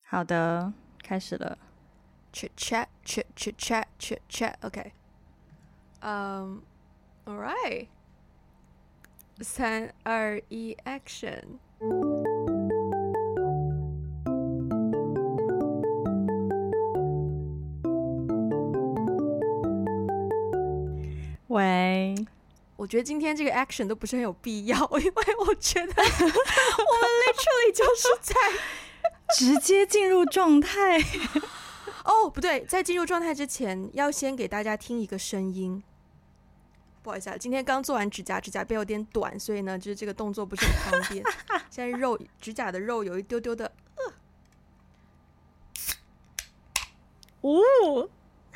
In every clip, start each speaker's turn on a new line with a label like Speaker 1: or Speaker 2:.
Speaker 1: 好的，开始了。
Speaker 2: Chit chat, chit chit chat, chit chat. Okay. All right. 3、2、1 ，Action。
Speaker 1: 喂，
Speaker 2: 我觉得今天这个 action 都不是很有必要，因为我觉得我们 literally 就是在
Speaker 1: 直接进入状态。
Speaker 2: 哦，不对，在进入状态之前，要先给大家听一个声音。不好意思啊，今天刚做完指甲背有点短，所以呢，就是这个动作不是很方便。现在指甲的肉有一丢丢的，
Speaker 1: 哦，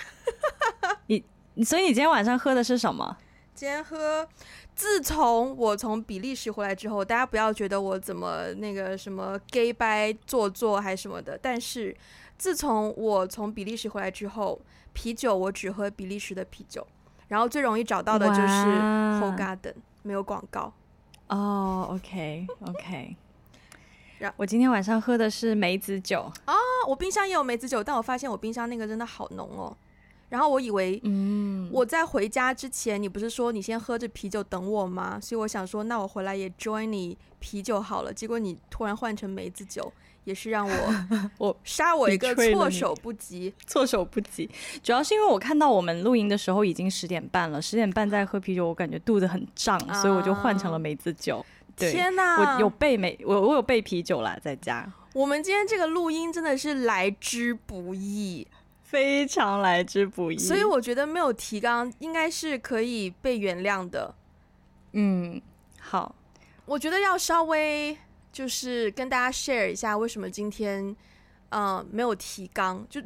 Speaker 1: 所以你今天晚上喝的是什么？
Speaker 2: 今天喝，自从我从比利时回来之后，大家不要觉得我怎么那个什么 gay 掰做作还什么的，但是自从我从比利时回来之后，啤酒我只喝比利时的啤酒，然后最容易找到的就是 Hoegaarden， 没有广告。
Speaker 1: 哦、OK， 我今天晚上喝的是梅子酒
Speaker 2: 啊，我冰箱也有梅子酒，但我发现我冰箱那个真的好浓哦。然后我以为，我在回家之前，你不是说你先喝着啤酒等我吗？所以我想说，那我回来也 join 你啤酒好了。结果你突然换成梅子酒，也是让我杀我一个措手不及。
Speaker 1: 措手不及，主要是因为我看到我们录音的时候已经10点半了，10点半再喝啤酒，我感觉肚子很胀，所以我就换成了梅子酒。对，
Speaker 2: 天哪，
Speaker 1: 我有备啤酒啦，在家。
Speaker 2: 我们今天这个录音真的是来之不易。
Speaker 1: 非常来之不易，
Speaker 2: 所以我觉得没有提纲应该是可以被原谅的。
Speaker 1: 好，
Speaker 2: 我觉得要稍微就是跟大家 share 一下为什么今天没有提纲，就是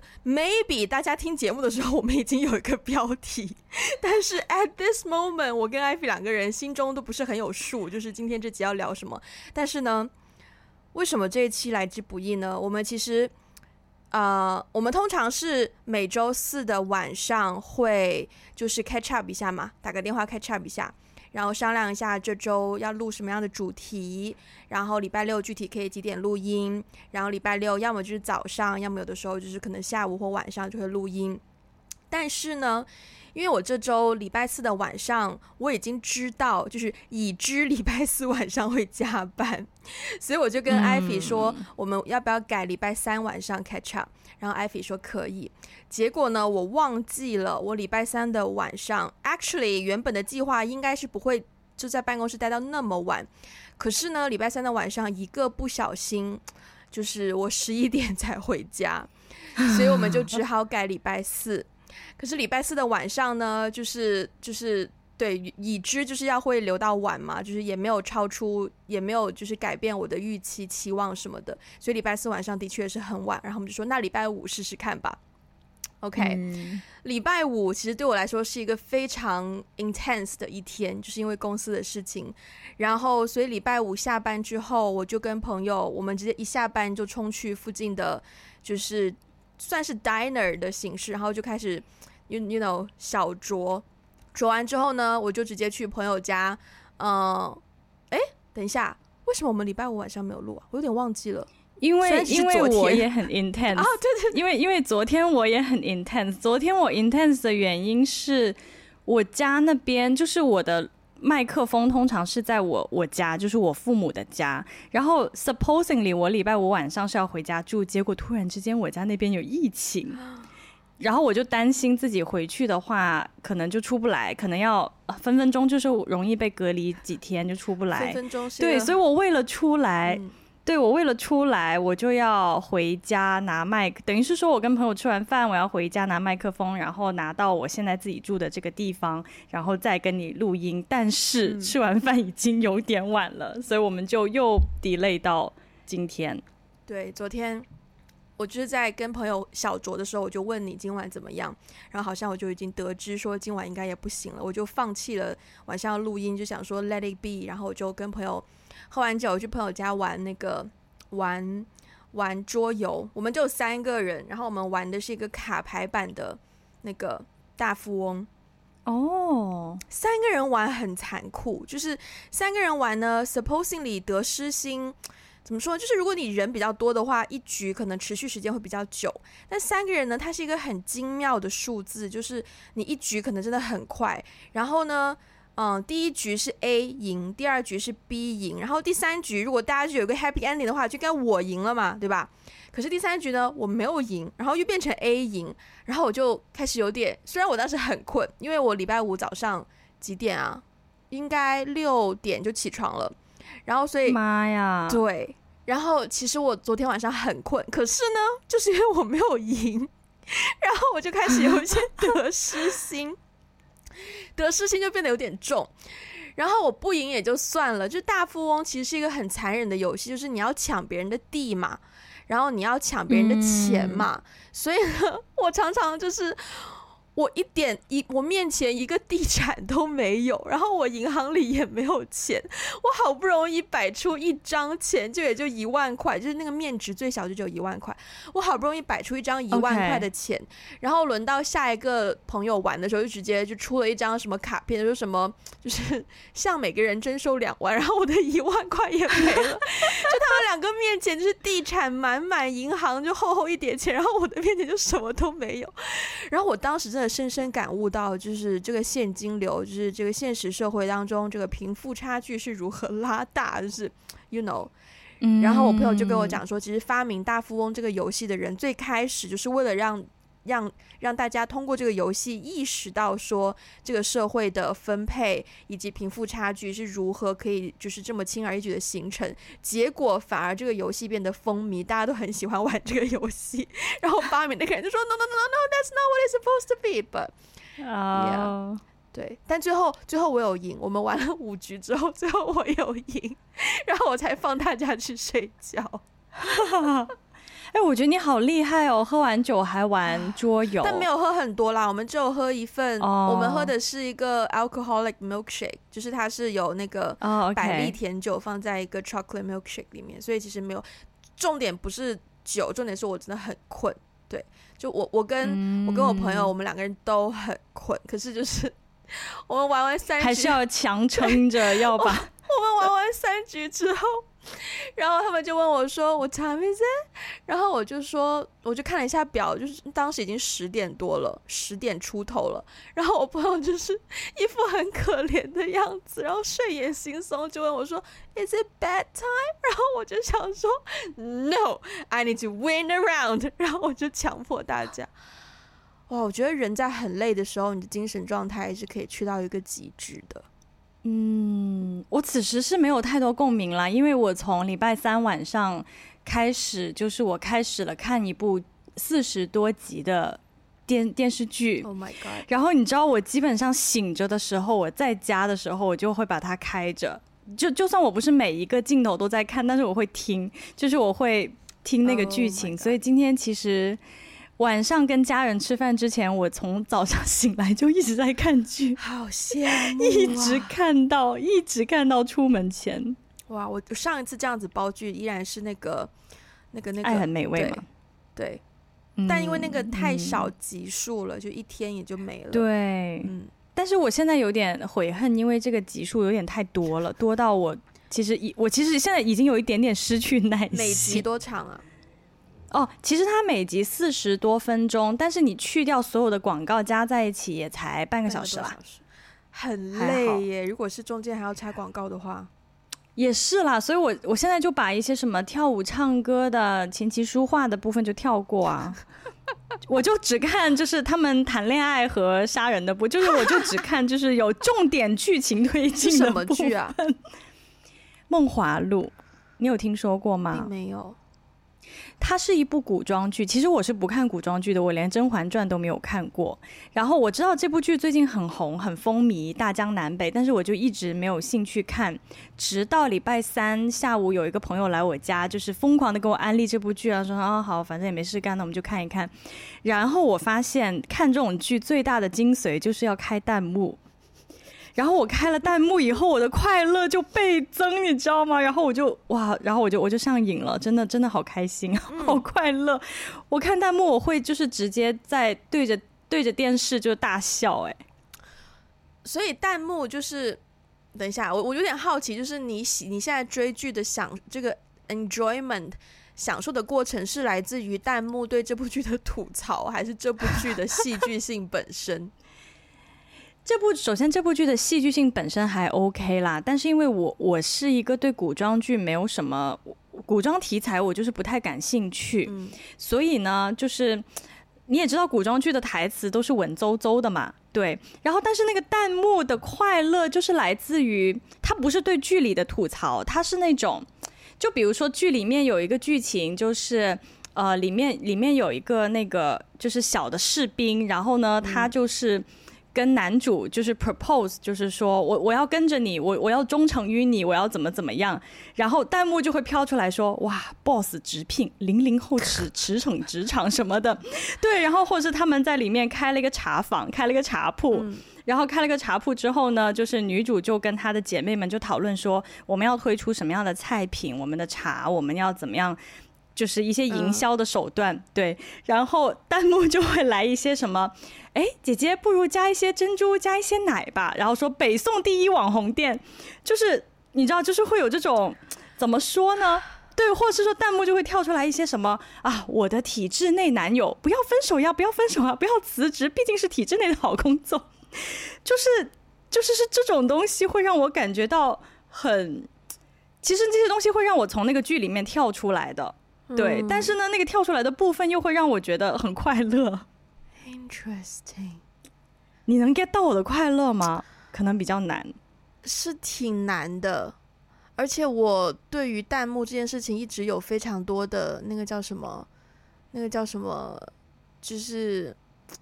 Speaker 2: maybe 大家听节目的时候我们已经有一个标题，但是 at this moment 我跟艾菲两个人心中都不是很有数，就是今天这集要聊什么。但是呢，为什么这一期来之不易呢？我们其实我们通常是每周四的晚上会就是 catch up 一下嘛，打个电话 catch up 一下，然后商量一下这周要录什么样的主题，然后礼拜六具体可以几点录音，然后礼拜六要么就是早上，要么有的时候就是可能下午或晚上就会录音。但是呢，因为我这周礼拜四的晚上我已经知道，就是已知礼拜四晚上会加班，所以我就跟艾菲说，我们要不要改礼拜三晚上 catch up， 然后艾菲说可以。结果呢，我忘记了我礼拜三的晚上 actually 原本的计划应该是不会就在办公室待到那么晚，可是呢礼拜三的晚上一个不小心就是我11点才回家，所以我们就只好改礼拜四。可是礼拜四的晚上呢，就是对，已知就是要会留到晚嘛，就是也没有超出，也没有就是改变我的预期期望什么的，所以礼拜四晚上的确是很晚。然后我们就说那礼拜五试试看吧。OK，礼拜五其实对我来说是一个非常 intense 的一天，就是因为公司的事情。然后所以礼拜五下班之后，我就跟朋友，我们直接一下班就冲去附近的，就是算是 diner 的形式，然后就开始 you know 小酌完之后呢，我就直接去朋友家。等一下，为什么我们礼拜五晚上没有录啊？我有点忘记了。
Speaker 1: 因为我也很 intense
Speaker 2: 啊，对，
Speaker 1: 因为昨天我也很 intense。昨天我 intense 的原因是我家那边就是我的麦克风通常是在我家，就是我父母的家，然后 supposedly 我礼拜五晚上是要回家住，结果突然之间我家那边有疫情，然后我就担心自己回去的话可能就出不来，可能要分分钟就是容易被隔离几天就出不来，
Speaker 2: 分分钟是
Speaker 1: 对，所以我为了出来我就要回家拿等于是说我跟朋友吃完饭我要回家拿麦克风，然后拿到我现在自己住的这个地方，然后再跟你录音。但是吃完饭已经有点晚了，所以我们就又 delay 到今天。
Speaker 2: 对，昨天我就是在跟朋友小酌的时候，我就问你今晚怎么样，然后好像我就已经得知说今晚应该也不行了，我就放弃了晚上要录音，就想说 let it be， 然后我就跟朋友喝完酒去朋友家玩玩桌游，我们就3个人，然后我们玩的是一个卡牌版的那个大富翁。3个人玩很残酷，就是3个人玩呢 supposedly 得失心怎么说，就是如果你人比较多的话，一局可能持续时间会比较久。但3个人呢，它是一个很精妙的数字，就是你一局可能真的很快。然后呢，第一局是 A 赢，第2局是 B 赢，然后第3局如果大家就有一个 happy ending 的话，就应该我赢了嘛，对吧？可是第3局呢，我没有赢，然后又变成 A 赢，然后我就开始有点，虽然我当时很困，因为我礼拜五早上几点啊？应该6点就起床了。然后所以
Speaker 1: 妈呀，
Speaker 2: 对，然后其实我昨天晚上很困，可是呢，就是因为我没有赢，然后我就开始有一些得失心，得失心就变得有点重。然后我不赢也就算了，就大富翁其实是一个很残忍的游戏，就是你要抢别人的地嘛，然后你要抢别人的钱嘛，所以呢，我常常就是我面前一个地产都没有，然后我银行里也没有钱，我好不容易摆出一张钱，就也就1万块，就是那个面值最小就只有1万块，我好不容易摆出一张1万块的钱，然后轮到下一个朋友玩的时候，就直接就出了一张什么卡片，说什么就是向每个人征收2万，然后我的1万块也没了，就他们2个面前就是地产满满，银行就厚厚一叠钱，然后我的面前就什么都没有，然后我当时真的深深感悟到，就是这个现金流，就是这个现实社会当中，这个贫富差距是如何拉大，就是 you know。然后我朋友就跟我讲说，其实发明大富翁这个游戏的人，最开始就是为了让大家通过这个游戏意识到说这个社会的分配以及贫富差距是如何可以就是这么轻而易举的形成，结果反而这个游戏变得风靡，大家都很喜欢玩这个游戏，然后发明那个人就说 no no no no no that's not what it's supposed to be but yeah， 对，但最后我有赢，我们玩了5局之后，最后我有赢，然后我才放大家去睡觉。
Speaker 1: 我觉得你好厉害哦！喝完酒还玩桌游，
Speaker 2: 但没有喝很多啦，我们只有喝一份。我们喝的是一个 alcoholic milkshake， 就是它是有那个百利甜酒放在一个 chocolate milkshake 里面，所以其实没有。重点不是酒，重点是我真的很困。对，就我跟我朋友，我们2个人都很困，可是就是我们玩完3局
Speaker 1: 还是要强撑着要把
Speaker 2: 我们玩完3局之后。然后他们就问我说 What time is it？ 然后我就看了一下表，就是当时已经10点多了，10点出头了。然后我朋友就是一副很可怜的样子，然后睡眼惺忪，就问我说 Is it bad time？ 然后我就想说 No I need to win a round， 然后我就强迫大家。哇，我觉得人在很累的时候，你的精神状态是可以去到一个极致的。
Speaker 1: 我此时是没有太多共鸣啦，因为我从礼拜3晚上开始，就是我开始了看一部40多集的电视剧。
Speaker 2: Oh my god！
Speaker 1: 然后你知道，我基本上醒着的时候，我在家的时候，我就会把它开着，就算我不是每一个镜头都在看，但是我会听，就是我会听那个剧情。所以今天其实晚上跟家人吃饭之前，我从早上醒来就一直在看剧，
Speaker 2: 好羡慕
Speaker 1: 啊，一直看到出门前。
Speaker 2: 哇，我上一次这样子煲剧依然是那个
Speaker 1: 爱很美味嘛，
Speaker 2: 对，但因为那个太少集数了，就一天也就没了。
Speaker 1: 对，但是我现在有点悔恨，因为这个集数有点太多了，多到我其实现在已经有一点点失去耐心。
Speaker 2: 每集多长啊？
Speaker 1: 其实它每集40多分钟，但是你去掉所有的广告加在一起也才半个小时啦，
Speaker 2: 很累耶。如果是中间还要插广告的话，
Speaker 1: 也是啦。所以我现在就把一些什么跳舞、唱歌的、琴棋书画的部分就跳过啊，我就只看就是他们谈恋爱和杀人的部分，就是我就只看就是有重点剧情推进的部分。
Speaker 2: 是什么剧啊？
Speaker 1: 梦华录，你有听说过吗？
Speaker 2: 并没有。
Speaker 1: 它是一部古装剧，其实我是不看古装剧的，我连《甄嬛传》都没有看过。然后我知道这部剧最近很红很风靡大江南北，但是我就一直没有兴趣看，直到礼拜3下午有一个朋友来我家，就是疯狂的给我安利这部剧啊，说好，反正也没事干，那我们就看一看。然后我发现看这种剧最大的精髓就是要开弹幕，然后我开了弹幕以后，我的快乐就倍增，你知道吗？然后我就上瘾了，真的好开心，好快乐。我看弹幕，我会就是直接在对着电视就大笑，
Speaker 2: 所以弹幕就是，等一下，我有点好奇，就是你现在追剧的这个 enjoyment 享受的过程是来自于弹幕对这部剧的吐槽，还是这部剧的戏剧性本身？
Speaker 1: 首先这部剧的戏剧性本身还 OK 啦，但是因为我是一个对古装剧没有什么古装题材，我就是不太感兴趣，所以呢，就是你也知道古装剧的台词都是文绉绉的嘛，对。然后但是那个弹幕的快乐就是来自于它不是对剧里的吐槽，它是那种，就比如说剧里面有一个剧情就是里面有一个那个就是小的士兵，然后呢他就是跟男主就是 propose， 就是说我要跟着你，我要忠诚于你，我要怎么样，然后弹幕就会飘出来说哇 boss 直聘00后驰骋职场什么的，对，然后或是他们在里面开了一个茶坊，开了一个茶铺，然后开了个茶铺之后呢，就是女主就跟她的姐妹们就讨论说我们要推出什么样的菜品，我们的茶我们要怎么样，就是一些营销的手段，对，然后弹幕就会来一些什么，哎，姐姐不如加一些珍珠，加一些奶吧，然后说北宋第一网红店，就是你知道，就是会有这种怎么说呢？对，或者是说弹幕就会跳出来一些什么啊，我的体制内男友不要分手呀，不要分手啊，不要辞职，毕竟是体制内的好工作，就是这种东西会让我感觉到很，其实这些东西会让我从那个剧里面跳出来的。对，但是呢，那个跳出来的部分又会让我觉得很快乐。
Speaker 2: Interesting，
Speaker 1: 你能 get 到我的快乐吗？可能比较难，
Speaker 2: 是挺难的。而且我对于弹幕这件事情一直有非常多的那个叫什么，就是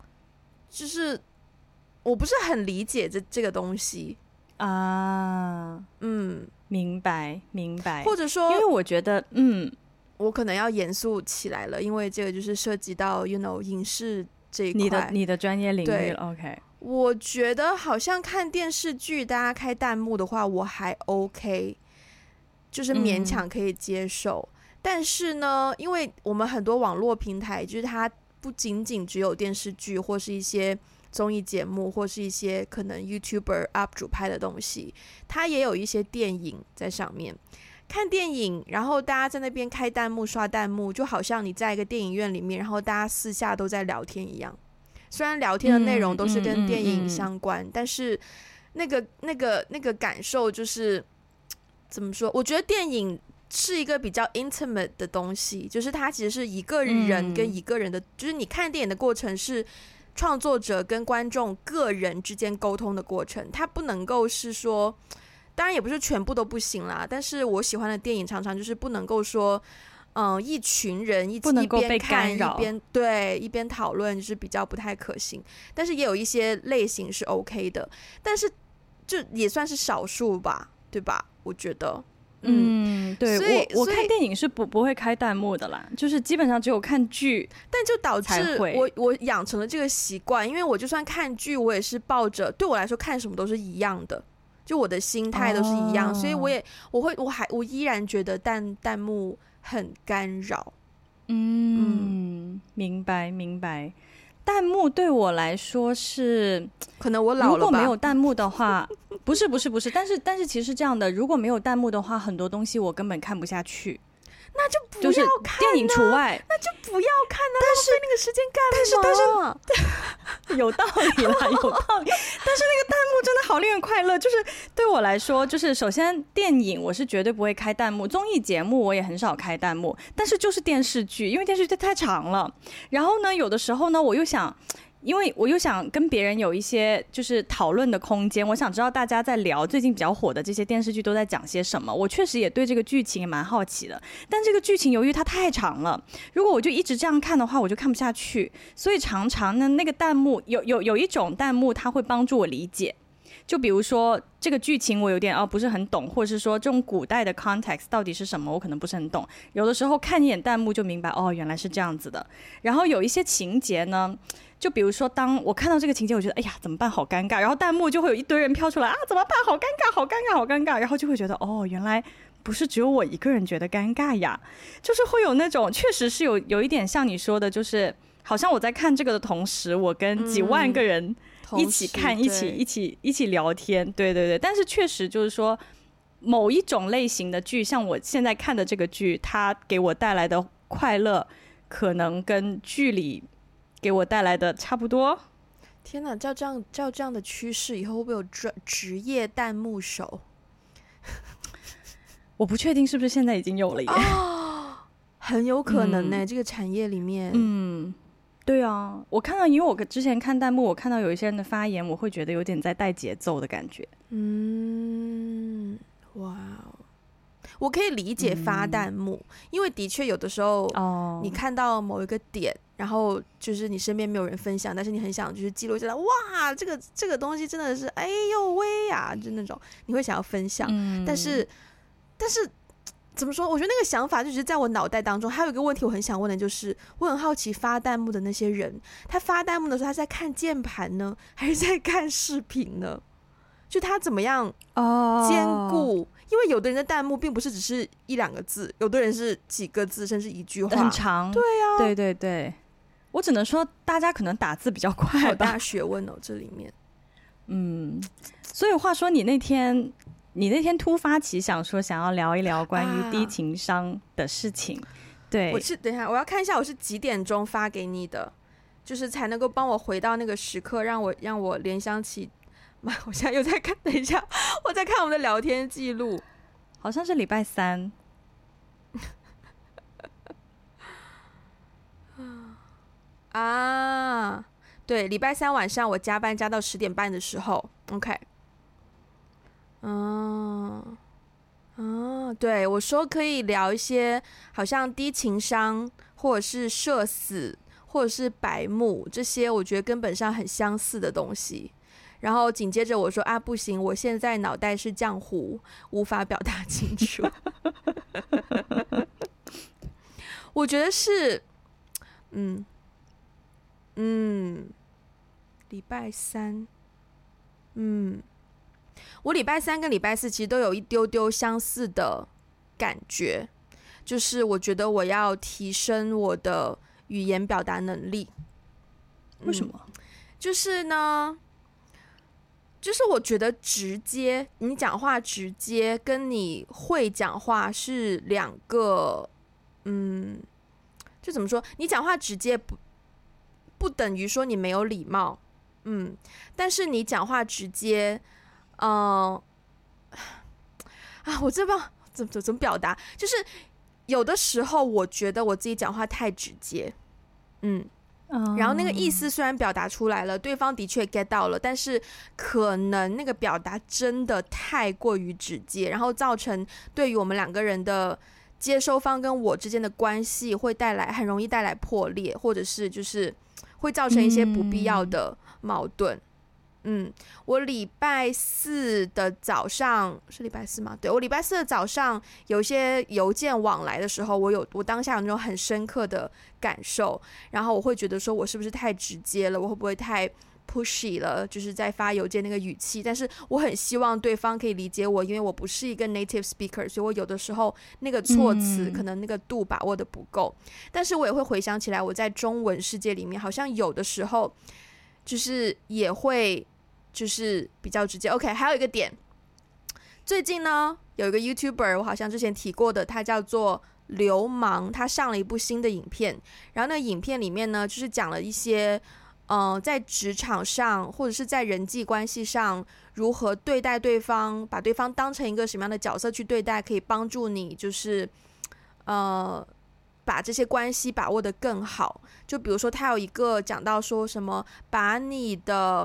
Speaker 2: 我不是很理解这个东西
Speaker 1: 啊。明白。
Speaker 2: 或者说，
Speaker 1: 因为我觉得，
Speaker 2: 我可能要严肃起来了，因为这个就是涉及到 影视这一块，
Speaker 1: 你的专业领域了。OK，
Speaker 2: 我觉得好像看电视剧大家开弹幕的话，我还 OK， 就是勉强可以接受。但是呢，因为我们很多网络平台，就是它不仅仅只有电视剧或是一些综艺节目，或是一些可能 YouTuber UP 主拍的东西，它也有一些电影在上面。看电影，然后大家在那边开弹幕刷弹幕，就好像你在一个电影院里面，然后大家私下都在聊天一样。虽然聊天的内容都是跟电影相关，但是那个感受就是怎么说？我觉得电影是一个比较 intimate 的东西，就是它其实是一个人跟一个人的，就是你看电影的过程是创作者跟观众个人之间沟通的过程，它不能够是说。当然也不是全部都不行啦，但是我喜欢的电影常常就是不能够说，一群人一边看一边讨论，就是比较不太可行。但是也有一些类型是 OK 的，但是就也算是少数吧，对吧？我觉得，
Speaker 1: 对，我看电影是不会开弹幕的啦，就是基本上只有看剧，
Speaker 2: 但就导致我养成了这个习惯，因为我就算看剧，我也是抱着对我来说看什么都是一样的。就我的心态都是一样，所以我依然觉得弹幕很干扰。
Speaker 1: 明白。弹幕对我来说是，
Speaker 2: 可能我老了吧。
Speaker 1: 如果没有弹幕的话，不是，但是其实是这样的，如果没有弹幕的话，很多东西我根本看不下去。
Speaker 2: 那就不要看、
Speaker 1: 电影除外，
Speaker 2: 那就不要看啊！浪费那个时间干嘛？
Speaker 1: 但是有道理啦，有道理。但是那个弹幕真的好令人快乐，就是对我来说，就是首先电影我是绝对不会开弹幕，综艺节目我也很少开弹幕，但是就是电视剧，因为电视剧太长了。然后呢，有的时候呢，我又想。因为我又想跟别人有一些就是讨论的空间，我想知道大家在聊最近比较火的这些电视剧都在讲些什么。我确实也对这个剧情也蛮好奇的，但这个剧情由于它太长了，如果我就一直这样看的话，我就看不下去。所以常常呢，那个弹幕有一种弹幕，它会帮助我理解。就比如说这个剧情我有点不是很懂，或者是说这种古代的 context 到底是什么，我可能不是很懂。有的时候看一眼弹幕就明白，原来是这样子的。然后有一些情节呢。就比如说，当我看到这个情节，我觉得哎呀怎么办，好尴尬，然后弹幕就会有一堆人飘出来啊，怎么办，好尴尬，好尴尬，好尴尬，然后就会觉得原来不是只有我一个人觉得尴尬呀，就是会有那种确实是有一点像你说的，就是好像我在看这个的同时，我跟几万个人一起看，一起聊天，对，但是确实就是说。 某一种类型的剧，像我现在看的这个剧，它给我带来的快乐可能跟剧里给我带来的差不多。
Speaker 2: 天哪，照这样的趋势，以后会不会有职业弹幕手？
Speaker 1: 我不确定是不是现在已经有了耶。
Speaker 2: 很有可能呢，这个产业里面。
Speaker 1: 对啊，我看到，因为我之前看弹幕，我看到有一些人的发言，我会觉得有点在带节奏的感觉。
Speaker 2: 哇，我可以理解发弹幕，因为的确有的时候，你看到某一个点，然后就是你身边没有人分享，但是你很想就是记录下来，哇，这个东西真的是，哎呦喂呀，就那种你会想要分享，但是怎么说？我觉得那个想法就只是在我脑袋当中。还有一个问题我很想问的就是，我很好奇发弹幕的那些人，他发弹幕的时候，他在看键盘呢，还是在看视频呢？就他怎么样兼顾？因为有的人的弹幕并不是只是一两个字，有的人是几个字，甚至一句话，
Speaker 1: 很长。对啊，对对对，我只能说大家可能打字比较快吧。
Speaker 2: 好大学问哦，这里面。
Speaker 1: 所以话说，你那天突发奇想说想要聊一聊关于低情商的事情。对，
Speaker 2: 等一下，我要看一下我是几点钟发给你的，就是才能够帮我回到那个时刻，让我联想起。我现在又在看，等一下，我在看我们的聊天记录，
Speaker 1: 好像是礼拜三。
Speaker 2: 对，礼拜三晚上我加班加到10点半的时候 ，OK。对，我说可以聊一些好像低情商，或者是社死，或者是白目这些，我觉得根本上很相似的东西。然后紧接着我说不行，我现在脑袋是浆糊，无法表达清楚。我觉得是，礼拜三，我礼拜三跟礼拜四其实都有一丢丢相似的感觉，就是我觉得我要提升我的语言表达能力。
Speaker 1: 为什么？
Speaker 2: 就是呢，就是我觉得你讲话直接跟你会讲话是两个，就怎么说？你讲话直接不等于说你没有礼貌，但是你讲话直接，我这不知道怎么表达，就是有的时候我觉得我自己讲话太直接，然后那个意思虽然表达出来了，对方的确 get 到了，但是可能那个表达真的太过于直接，然后造成对于我们两个人的接收方跟我之间的关系会很容易带来破裂，或者是就是会造成一些不必要的矛盾。我礼拜四的早上是礼拜四吗？对，我礼拜四的早上有一些邮件往来的时候，我当下有那种很深刻的感受，然后我会觉得说我是不是太直接了，我会不会太 pushy 了，就是在发邮件那个语气，但是我很希望对方可以理解我，因为我不是一个 native speaker， 所以我有的时候那个措辞可能那个度把握的不够，但是我也会回想起来我在中文世界里面好像有的时候就是也会就是比较直接。 OK， 还有一个点，最近呢有一个 YouTuber 我好像之前提过的，他叫做流氓，他上了一部新的影片，然后那个影片里面呢就是讲了一些在职场上或者是在人际关系上如何对待对方，把对方当成一个什么样的角色去对待，可以帮助你就是把这些关系把握得更好。就比如说他有一个讲到说什么把你的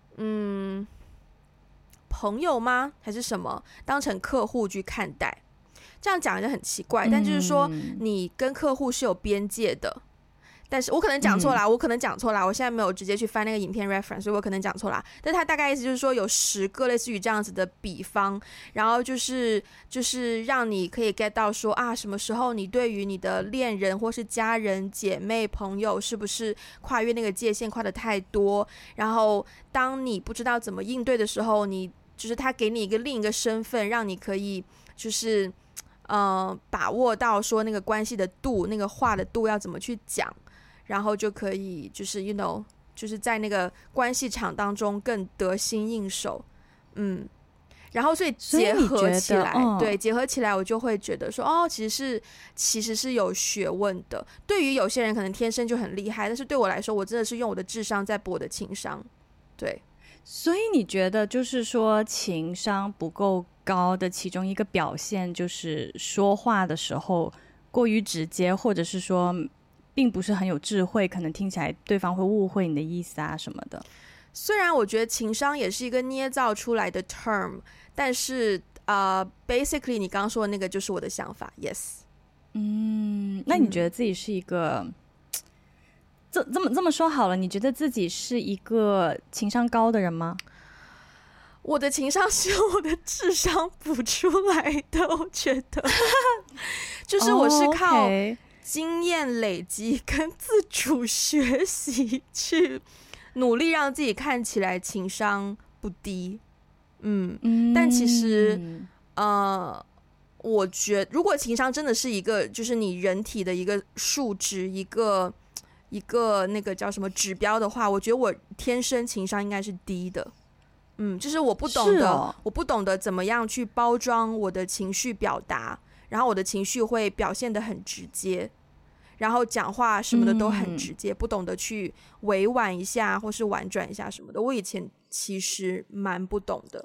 Speaker 2: 朋友吗还是什么当成客户去看待，这样讲就很奇怪，但就是说你跟客户是有边界的，但是我可能讲错啦，我现在没有直接去翻那个影片 reference， 所以我可能讲错啦。但他大概意思就是说有10个类似于这样子的比方，然后就是让你可以 get 到说什么时候你对于你的恋人或是家人、姐妹、朋友是不是跨越那个界限跨得太多，然后当你不知道怎么应对的时候，你就是他给你另一个身份，让你可以就是把握到说那个关系的度，那个话的度要怎么去讲，然后就可以就是就是在那个关系场当中更得心应手。 然后所以结合起来，
Speaker 1: 对，
Speaker 2: 结合起来，我就会觉得说，哦，其实是有学问的。对于有些人可能天生就很厉害，但是对我来说，我真的是用我的智商在补我的情商。对，
Speaker 1: 所以你觉得就是说情商不够高的其中一个表现，就是说话的时候过于直接，或者是说并不是很有智慧，可能听起来对方会误会你的意思啊什么的。
Speaker 2: 虽然我觉得情商也是一个捏造出来的 term， 但是basically 你刚刚说的那个就是我的想法 ，yes。
Speaker 1: 那你觉得自己是一个，这么说好了，你觉得自己是一个情商高的人吗？
Speaker 2: 我的情商是用我的智商补出来的，我觉得，就是我是靠经验累积跟自主学习去努力让自己看起来情商不低。但其实我觉得如果情商真的是一个就是你人体的一个数值，一个那个叫什么指标的话，我觉得我天生情商应该是低的。就是我不懂得怎么样去包装我的情绪表达，然后我的情绪会表现得很直接，然后讲话什么的都很直接，不懂得去委婉一下或是婉转一下什么的。我以前其实蛮不懂的。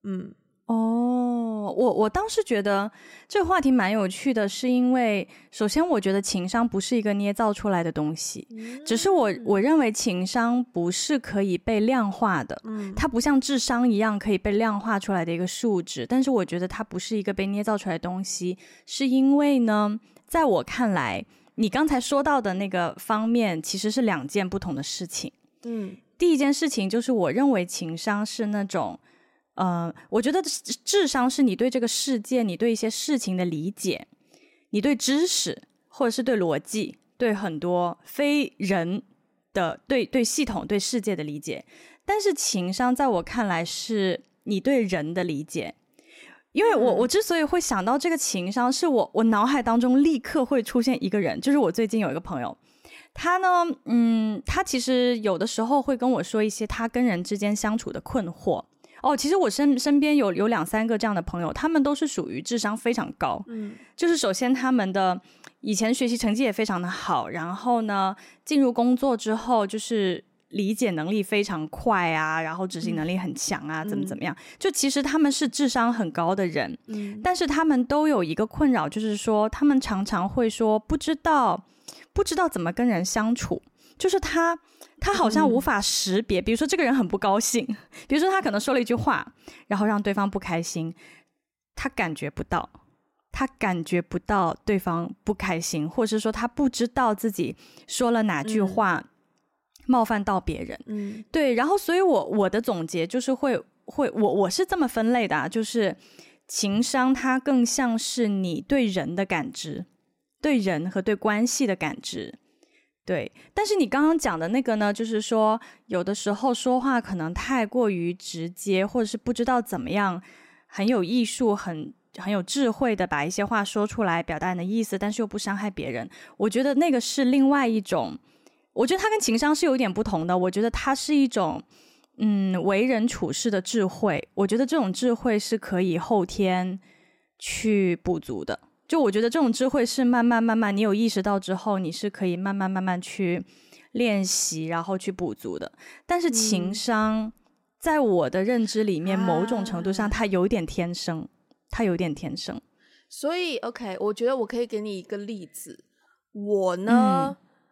Speaker 1: 我当时觉得这个话题蛮有趣的，是因为首先我觉得情商不是一个捏造出来的东西，只是我认为情商不是可以被量化的，它不像智商一样可以被量化出来的一个数值，但是我觉得它不是一个被捏造出来的东西，是因为呢，在我看来，你刚才说到的那个方面其实是两件不同的事情。第一件事情就是我认为情商是那种我觉得智商是你对这个世界，你对一些事情的理解，你对知识或者是对逻辑，对很多非人的对系统对世界的理解。但是情商在我看来是你对人的理解。因为我之所以会想到这个情商，是我脑海当中立刻会出现一个人，就是我最近有一个朋友，他呢他其实有的时候会跟我说一些他跟人之间相处的困惑。其实我身边有2-3个这样的朋友，他们都是属于智商非常高。就是首先他们的以前学习成绩也非常的好，然后呢进入工作之后就是理解能力非常快啊，然后执行能力很强啊，怎么样，就其实他们是智商很高的人。但是他们都有一个困扰，就是说他们常常会说不知道怎么跟人相处，就是他好像无法识别，比如说这个人很不高兴，比如说他可能说了一句话然后让对方不开心，他感觉不到对方不开心，或者是说他不知道自己说了哪句话冒犯到别人。对，然后所以我的总结就是我是这么分类的啊，就是情商它更像是你对人的感知，对人和对关系的感知。对，但是你刚刚讲的那个呢，就是说有的时候说话可能太过于直接，或者是不知道怎么样很有艺术很有智慧的把一些话说出来表达你的意思，但是又不伤害别人。我觉得那个是另外一种，我觉得它跟情商是有点不同的。我觉得它是一种为人处事的智慧，我觉得这种智慧是可以后天去补足的。就我觉得这种智慧是慢慢你有意识到之后，你是可以慢慢去练习然后去补足的。但是情商在我的认知里面某种程度上它有点天生，所
Speaker 2: 以 OK， 我觉得我可以给你一个例子。我呢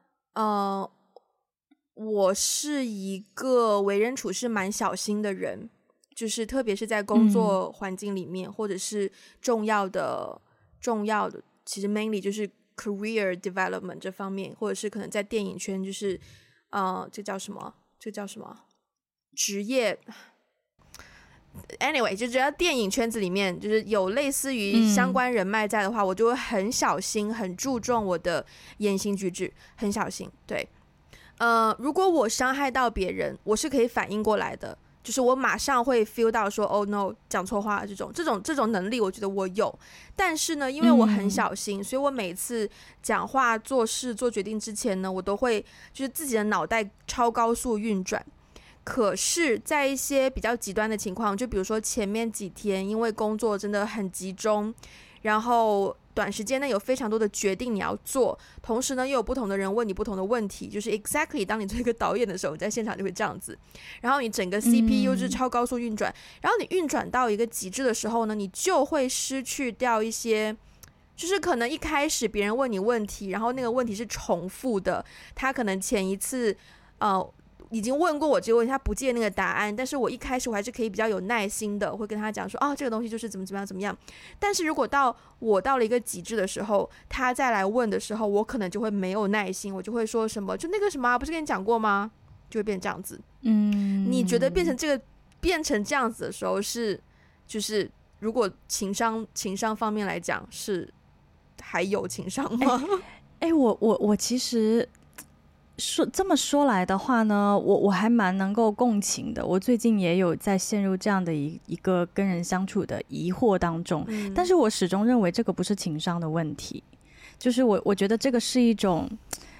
Speaker 2: 我是一个为人处事蛮小心的人，就是特别是在工作环境里面，或者是重要的其实 mainly 就是 career development 这方面，或者是可能在电影圈就是这叫什么职业 anyway 就只要电影圈子里面就是有类似于相关人脉在的话，我就会很小心很注重我的言行举止，很小心。对，如果我伤害到别人，我是可以反应过来的，就是我马上会 feel 到说 oh no 讲错话，这种能力我觉得我有。但是呢因为我很小心，所以我每次讲话做事做决定之前呢，我都会就是自己的脑袋超高速运转。 可是在一些比较极端的情况，就比如说前面几天因为工作真的很集中，然后短时间内有非常多的决定你要做，同时呢又有不同的人问你不同的问题，就是 exactly 当你做一个导演的时候，你在现场就会这样子，然后你整个 CPU 就是超高速运转，然后你运转到一个极致的时候呢，你就会失去掉一些，就是可能一开始别人问你问题，然后那个问题是重复的，他可能前一次已经问过我这个问题，他不记得那个答案，但是我一开始我还是可以比较有耐心的，会跟他讲说，这个东西就是怎么样怎么样。但是如果我到了一个极致的时候，他再来问的时候，我可能就会没有耐心，我就会说什么，就那个什么不是跟你讲过吗？就会变成这样子。你觉得变成这样子的时候就是如果情商方面来讲，是还有情商吗？
Speaker 1: 我其实这么说来的话呢，我还蛮能够共情的。我最近也有在陷入这样的一个跟人相处的疑惑当中，但是我始终认为这个不是情商的问题，就是我觉得这个是一种，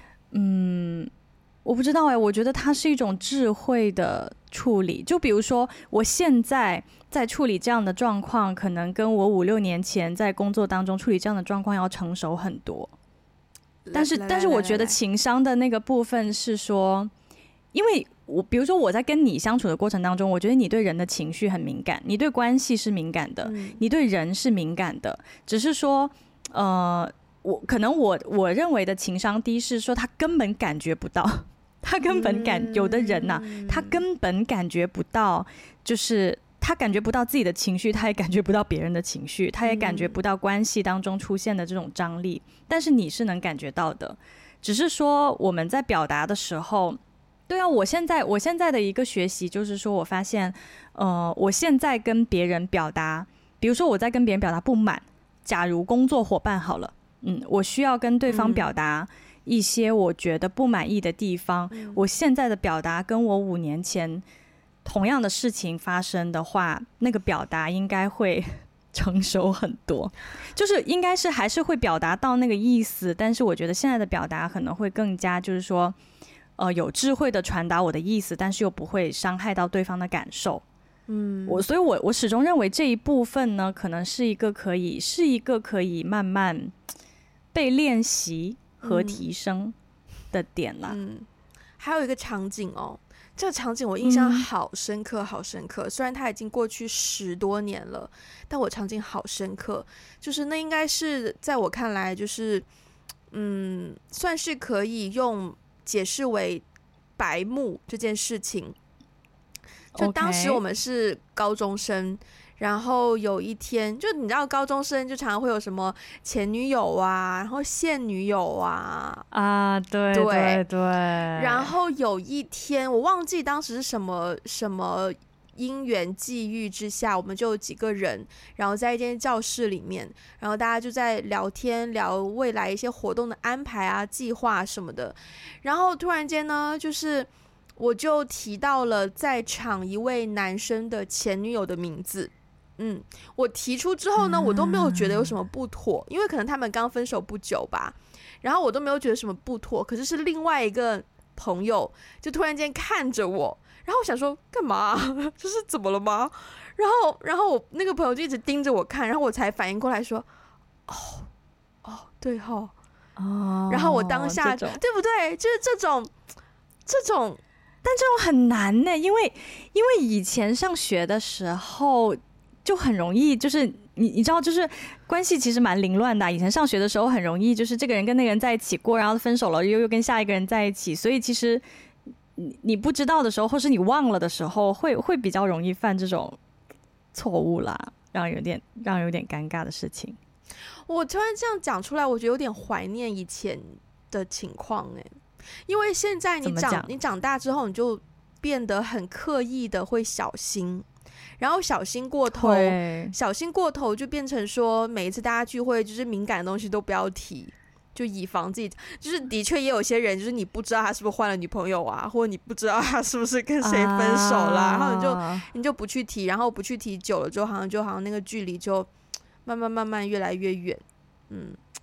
Speaker 1: 我不知道我觉得它是一种智慧的处理。就比如说，我现在在处理这样的状况，可能跟我5-6年前在工作当中处理这样的状况要成熟很多。但是我觉得情商的那个部分是说，因为比如说我在跟你相处的过程当中，我觉得你对人的情绪很敏感，你对关系是敏感的，你对人是敏感的，只是说可能我认为的情商低是说他根本感觉不到，他根本有的人他根本感觉不到，就是他感觉不到自己的情绪，他也感觉不到别人的情绪，他也感觉不到关系当中出现的这种张力，但是你是能感觉到的。只是说我们在表达的时候，对啊，我现在的一个学习就是说，我发现我现在跟别人表达，比如说我在跟别人表达不满，假如工作伙伴好了，我需要跟对方表达一些我觉得不满意的地方，我现在的表达跟我5年前同样的事情发生的话，那个表达应该会成熟很多，就是应该是还是会表达到那个意思，但是我觉得现在的表达可能会更加就是说有智慧的传达我的意思，但是又不会伤害到对方的感受。所以我始终认为这一部分呢，可能是一个可以慢慢被练习和提升的点啦。
Speaker 2: 还有一个场景这个场景我印象好深刻好深刻，虽然它已经过去10多年了，但我场景好深刻，就是那应该是在我看来就是算是可以用解释为白目这件事情。就当时我们是高中生，然后有一天，就你知道高中生就常常会有什么前女友啊，然后现女友啊，
Speaker 1: 对，
Speaker 2: 然后有一天我忘记当时是什么因缘际遇之下，我们就有几个人，然后在一间教室里面，然后大家就在聊天，聊未来一些活动的安排啊、计划什么的。然后突然间呢，就是我就提到了在场一位男生的前女友的名字。我提出之后呢，我都没有觉得有什么不妥，因为可能他们刚分手不久吧，然后我都没有觉得什么不妥。可是另外一个朋友就突然间看着我，然后我想说干嘛这是怎么了吗？然后我那个朋友就一直盯着我看，然后我才反应过来说对然后我当下对不对，就是这种
Speaker 1: 但这种很难呢，因为以前上学的时候就很容易，就是你知道，就是关系其实蛮凌乱的。以前上学的时候很容易，就是这个人跟那个人在一起过，然后分手了又跟下一个人在一起，所以其实你不知道的时候，或是你忘了的时候，会比较容易犯这种错误啦，让人有点尴尬的事情。
Speaker 2: 我突然这样讲出来，我觉得有点怀念以前的情况因为现在你长大之后，你就变得很刻意的会小心。然后小心过头就变成说每一次大家聚会就是敏感的东西都不要提，就以防自己就是的确也有些人就是你不知道他是不是换了女朋友啊，或者你不知道他是不是跟谁分手啦，然后你就不去提，然后不去提久了之后好像那个距离就慢慢越来越远。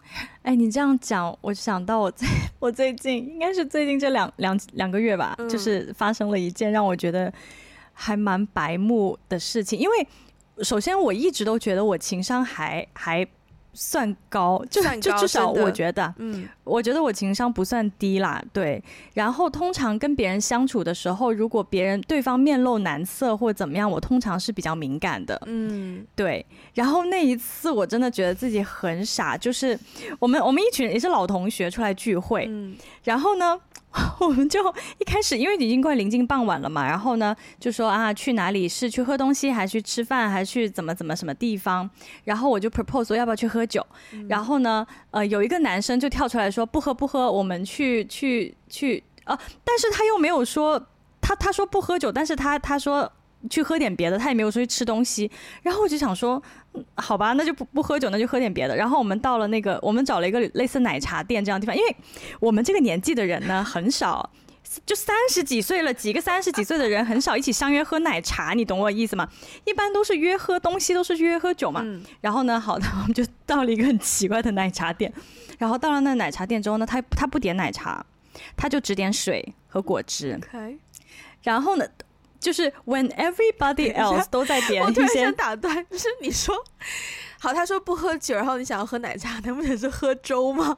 Speaker 1: 哎，你这样讲，我想到我最近应该是最近这两个月吧，就是发生了一件让我觉得还蛮白目的事情。因为首先我一直都觉得我情商还算高，就至少我觉得，我觉得我情商不算低啦，对。然后通常跟别人相处的时候，如果对方面露难色或怎么样，我通常是比较敏感的，对。然后那一次我真的觉得自己很傻，就是我们一群人也是老同学出来聚会，然后呢。我们就一开始因为已经快临近傍晚了嘛，然后呢就说啊去哪里，是去喝东西还是去吃饭还是去怎么什么地方，然后我就 propose 说要不要去喝酒，然后呢有一个男生就跳出来说不喝，我们去但是他又没有说他说不喝酒，但是他说去喝点别的，他也没有说去吃东西，然后我就想说好吧，那就不喝酒，那就喝点别的。然后我们到了我们找了一个类似奶茶店这样的地方，因为我们这个年纪的人呢很少，就30几岁了，几个30几岁的人很少一起相约喝奶茶，你懂我意思吗？一般都是约喝东西，都是约喝酒嘛。然后呢，好的，我们就到了一个很奇怪的奶茶店，然后到了那个奶茶店之后呢，他不点奶茶，他就只点水和果汁。
Speaker 2: Okay.
Speaker 1: 然后呢？就是 when everybody else 都在点一些，
Speaker 2: 我突然想打断，就是你说好，他说不喝酒，然后你想要喝奶茶，难不成是喝粥吗？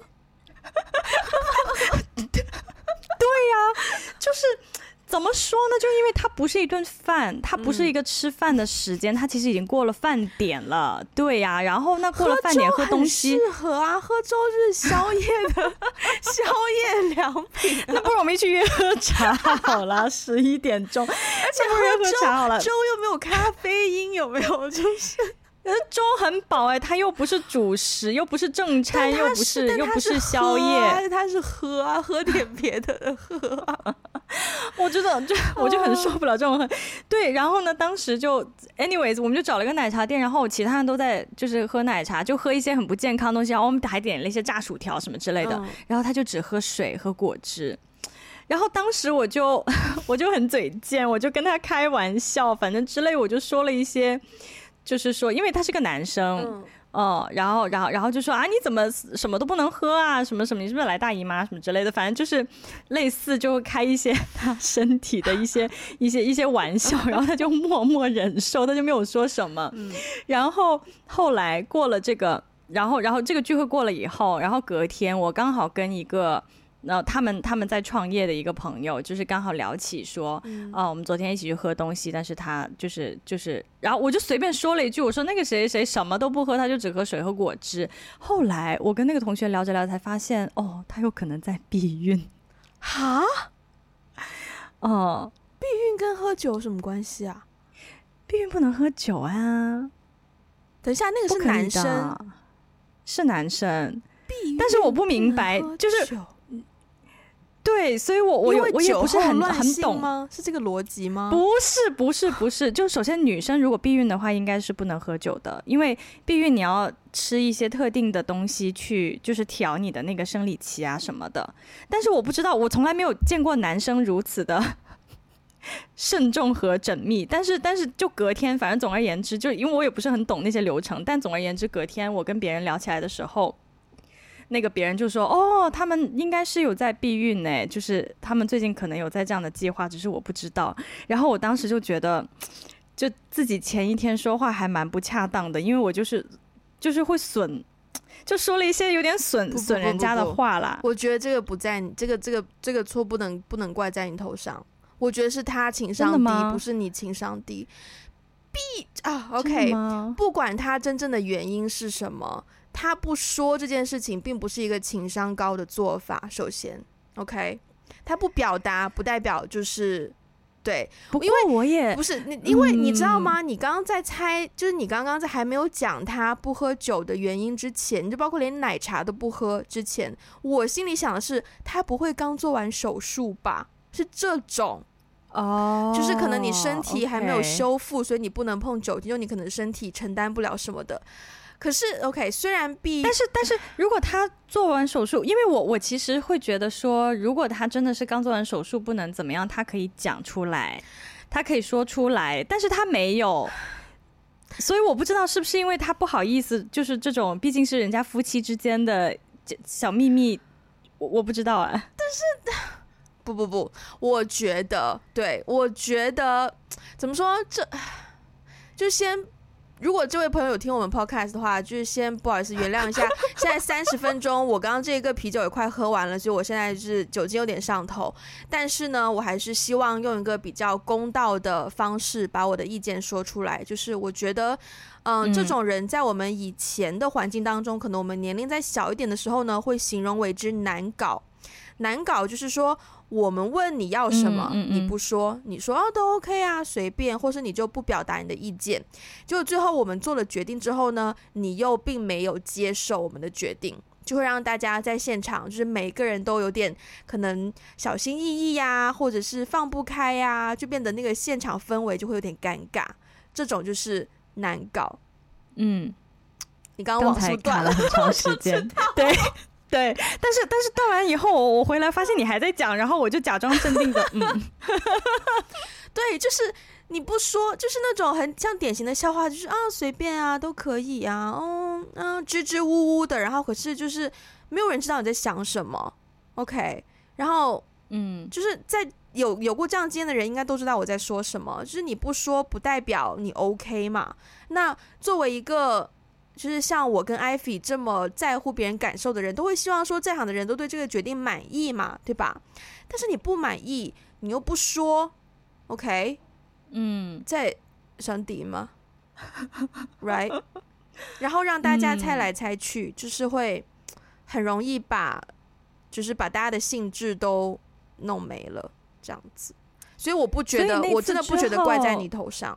Speaker 1: 对呀，就是怎么说呢？就因为它不是一顿饭，它不是一个吃饭的时间，它其实已经过了饭点了。对呀，然后那过了饭点喝东西，
Speaker 2: 适合啊，喝粥是宵夜的宵夜良品，
Speaker 1: 那不如我们一起约喝茶好了，11点钟，
Speaker 2: 而且喝茶好了，粥又没有咖啡因，有没有？就是
Speaker 1: 粥很饱哎，它又不是主食，又不是正餐，又不是宵夜，
Speaker 2: 它是喝啊，喝点别的喝啊。
Speaker 1: 我就很受不了这种对。然后呢，当时就 anyways 我们就找了一个奶茶店，然后其他人都在就是喝奶茶，就喝一些很不健康的东西，然后我们还点了一些炸薯条什么之类的，然后他就只喝水和果汁。然后当时我就很嘴贱，我就跟他开玩笑，反正之类，我就说了一些，就是说因为他是个男生，然后就说啊，你怎么什么都不能喝啊，什么什么，你是不是来大姨妈什么之类的，反正就是类似就开一些他身体的一些玩笑，然后他就默默忍受，他就没有说什么。然后后来过了这个，然后这个聚会过了以后，然后隔天我刚好跟一个。他们在创业的一个朋友，就是刚好聊起说，我们昨天一起去喝东西，但是他就是，然后我就随便说了一句，我说那个谁谁什么都不喝，他就只喝水和果汁。后来我跟那个同学聊着聊着才发现，他有可能在避孕。
Speaker 2: 哈？避孕跟喝酒有什么关系啊？
Speaker 1: 避孕不能喝酒啊。
Speaker 2: 等一下，那个是男生，
Speaker 1: 是男生。
Speaker 2: 避孕，
Speaker 1: 但是我不明白，就是。对，所以我也不是很懂
Speaker 2: 吗？是这个逻辑吗？
Speaker 1: 不是，就首先女生如果避孕的话，应该是不能喝酒的，因为避孕你要吃一些特定的东西去，就是调你的那个生理期啊什么的。但是我不知道，我从来没有见过男生如此的慎重和缜密。但是就隔天，反正总而言之，就因为我也不是很懂那些流程，但总而言之，隔天我跟别人聊起来的时候。那个别人就说他们应该是有在避孕呢，就是他们最近可能有在这样的计划，只是我不知道。然后我当时就觉得就自己前一天说话还蛮不恰当的，因为我就是会就说了一些有点损人家的话啦。
Speaker 2: 我觉得这个不在你这个错不能怪在你头上，我觉得是他情商低，不是你情商低。OK， 不管他真正的原因是什么，他不说这件事情并不是一个情商高的做法。首先 OK， 他不表达不代表就是对。
Speaker 1: 不过我也
Speaker 2: 不是因为你知道吗，你刚刚在猜，就是你刚刚在还没有讲他不喝酒的原因之前，就包括连奶茶都不喝之前，我心里想的是他不会刚做完手术吧，是这种就是可能你身体还没有修复，所以你不能碰酒精，就你可能身体承担不了什么的。可是 OK， 虽然
Speaker 1: 但是如果他做完手术，因为我其实会觉得说，如果他真的是刚做完手术不能怎么样，他可以讲出来，他可以说出来，但是他没有。 所以我不知道是不是因为他不好意思，就是这种毕竟是人家夫妻之间的小秘密，我不知道啊。
Speaker 2: 但是不，我觉得怎么说，这就先。如果这位朋友有听我们 podcast 的话，就是先不好意思原谅一下。现在30分钟，我刚刚这个啤酒也快喝完了，所以我现在是酒精有点上头。但是呢，我还是希望用一个比较公道的方式把我的意见说出来。就是我觉得，这种人在我们以前的环境当中，可能我们年龄再小一点的时候呢，会形容为之难搞。难搞就是说，我们问你要什么，你不说，你说都 OK 啊，随便，或是你就不表达你的意见。结果最后我们做了决定之后呢，你又并没有接受我们的决定，就会让大家在现场就是每个人都有点可能小心翼翼呀，或者是放不开呀，就变得那个现场氛围就会有点尴尬。这种就是难搞。你刚刚网速断了
Speaker 1: 很长时间，对。对，但是断完以后，我回来发现你还在讲，然后我就假装镇定的，
Speaker 2: 对，就是你不说，就是那种很像典型的笑话，就是随便啊，都可以啊，支支吾吾的，然后可是就是没有人知道你在想什么 ，OK， 然后就是在有过这样经验的人，应该都知道我在说什么，就是你不说不代表你 OK 嘛，那作为一个。就是像我跟艾菲这么在乎别人感受的人，都会希望说在场的人都对这个决定满意嘛，对吧？但是你不满意，你又不说 ，OK？ 在伤敌吗？Right？ 然后让大家猜来猜去，就是会很容易把大家的兴致都弄没了，这样子。所以我真的不觉得怪在你头上。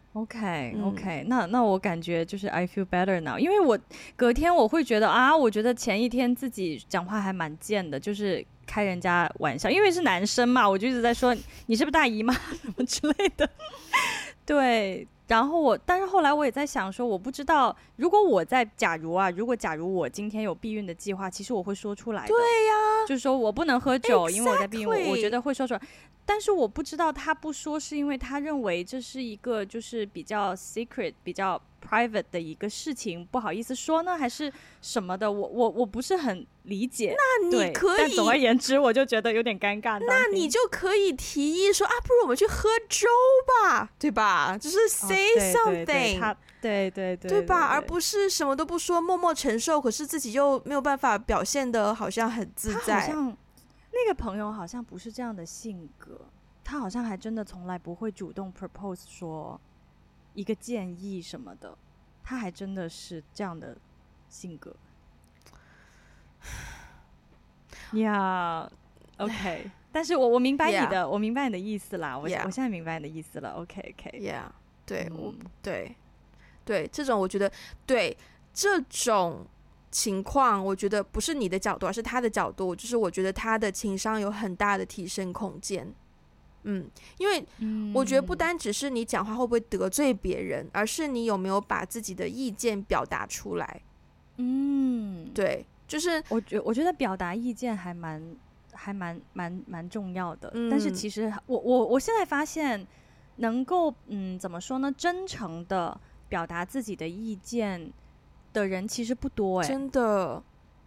Speaker 1: OK， 那我感觉就是 I feel better now， 因为我隔天我会觉得我觉得前一天自己讲话还蛮贱的，就是开人家玩笑，因为是男生嘛，我就一直在说你是不是大姨妈什么之类的，对。然后但是后来我也在想说，我不知道如果假如我今天有避孕的计划，其实我会说出来的。
Speaker 2: 对呀，
Speaker 1: 就是说我不能喝酒，因为我在避孕，我觉得会说出来。但是我不知道他不说是因为他认为这是一个就是比较 secret 比较 private 的一个事情，不好意思说呢，还是什么的，我不是很理解。
Speaker 2: 那你可以，
Speaker 1: 但总而言之我就觉得有点尴尬。
Speaker 2: 那你就可以提议说不如我们去喝粥吧，对吧？就是 say something，对吧？而不是什么都不说，默默承受，可是自己又没有办法表现得好像很自在。
Speaker 1: 好像那个朋友好像不是这样的性格，他好像还真的从来不会主动 propose 说一个建议什么的，他还真的是这样的性格。OK， 但是我明白你的，我明白你的意思啦。我现在明白你的意思了。OK，
Speaker 2: 对，对，这种我觉得，对这种情况，我觉得不是你的角度，而是他的角度，就是我觉得他的情商有很大的提升空间。因为我觉得不单只是你讲话会不会得罪别人，而是你有没有把自己的意见表达出来。对，就是
Speaker 1: 我觉得表达意见还蛮重要的。但是其实我现在发现，能够怎么说呢，真诚的表达自己的意见的人其实不多
Speaker 2: 真的。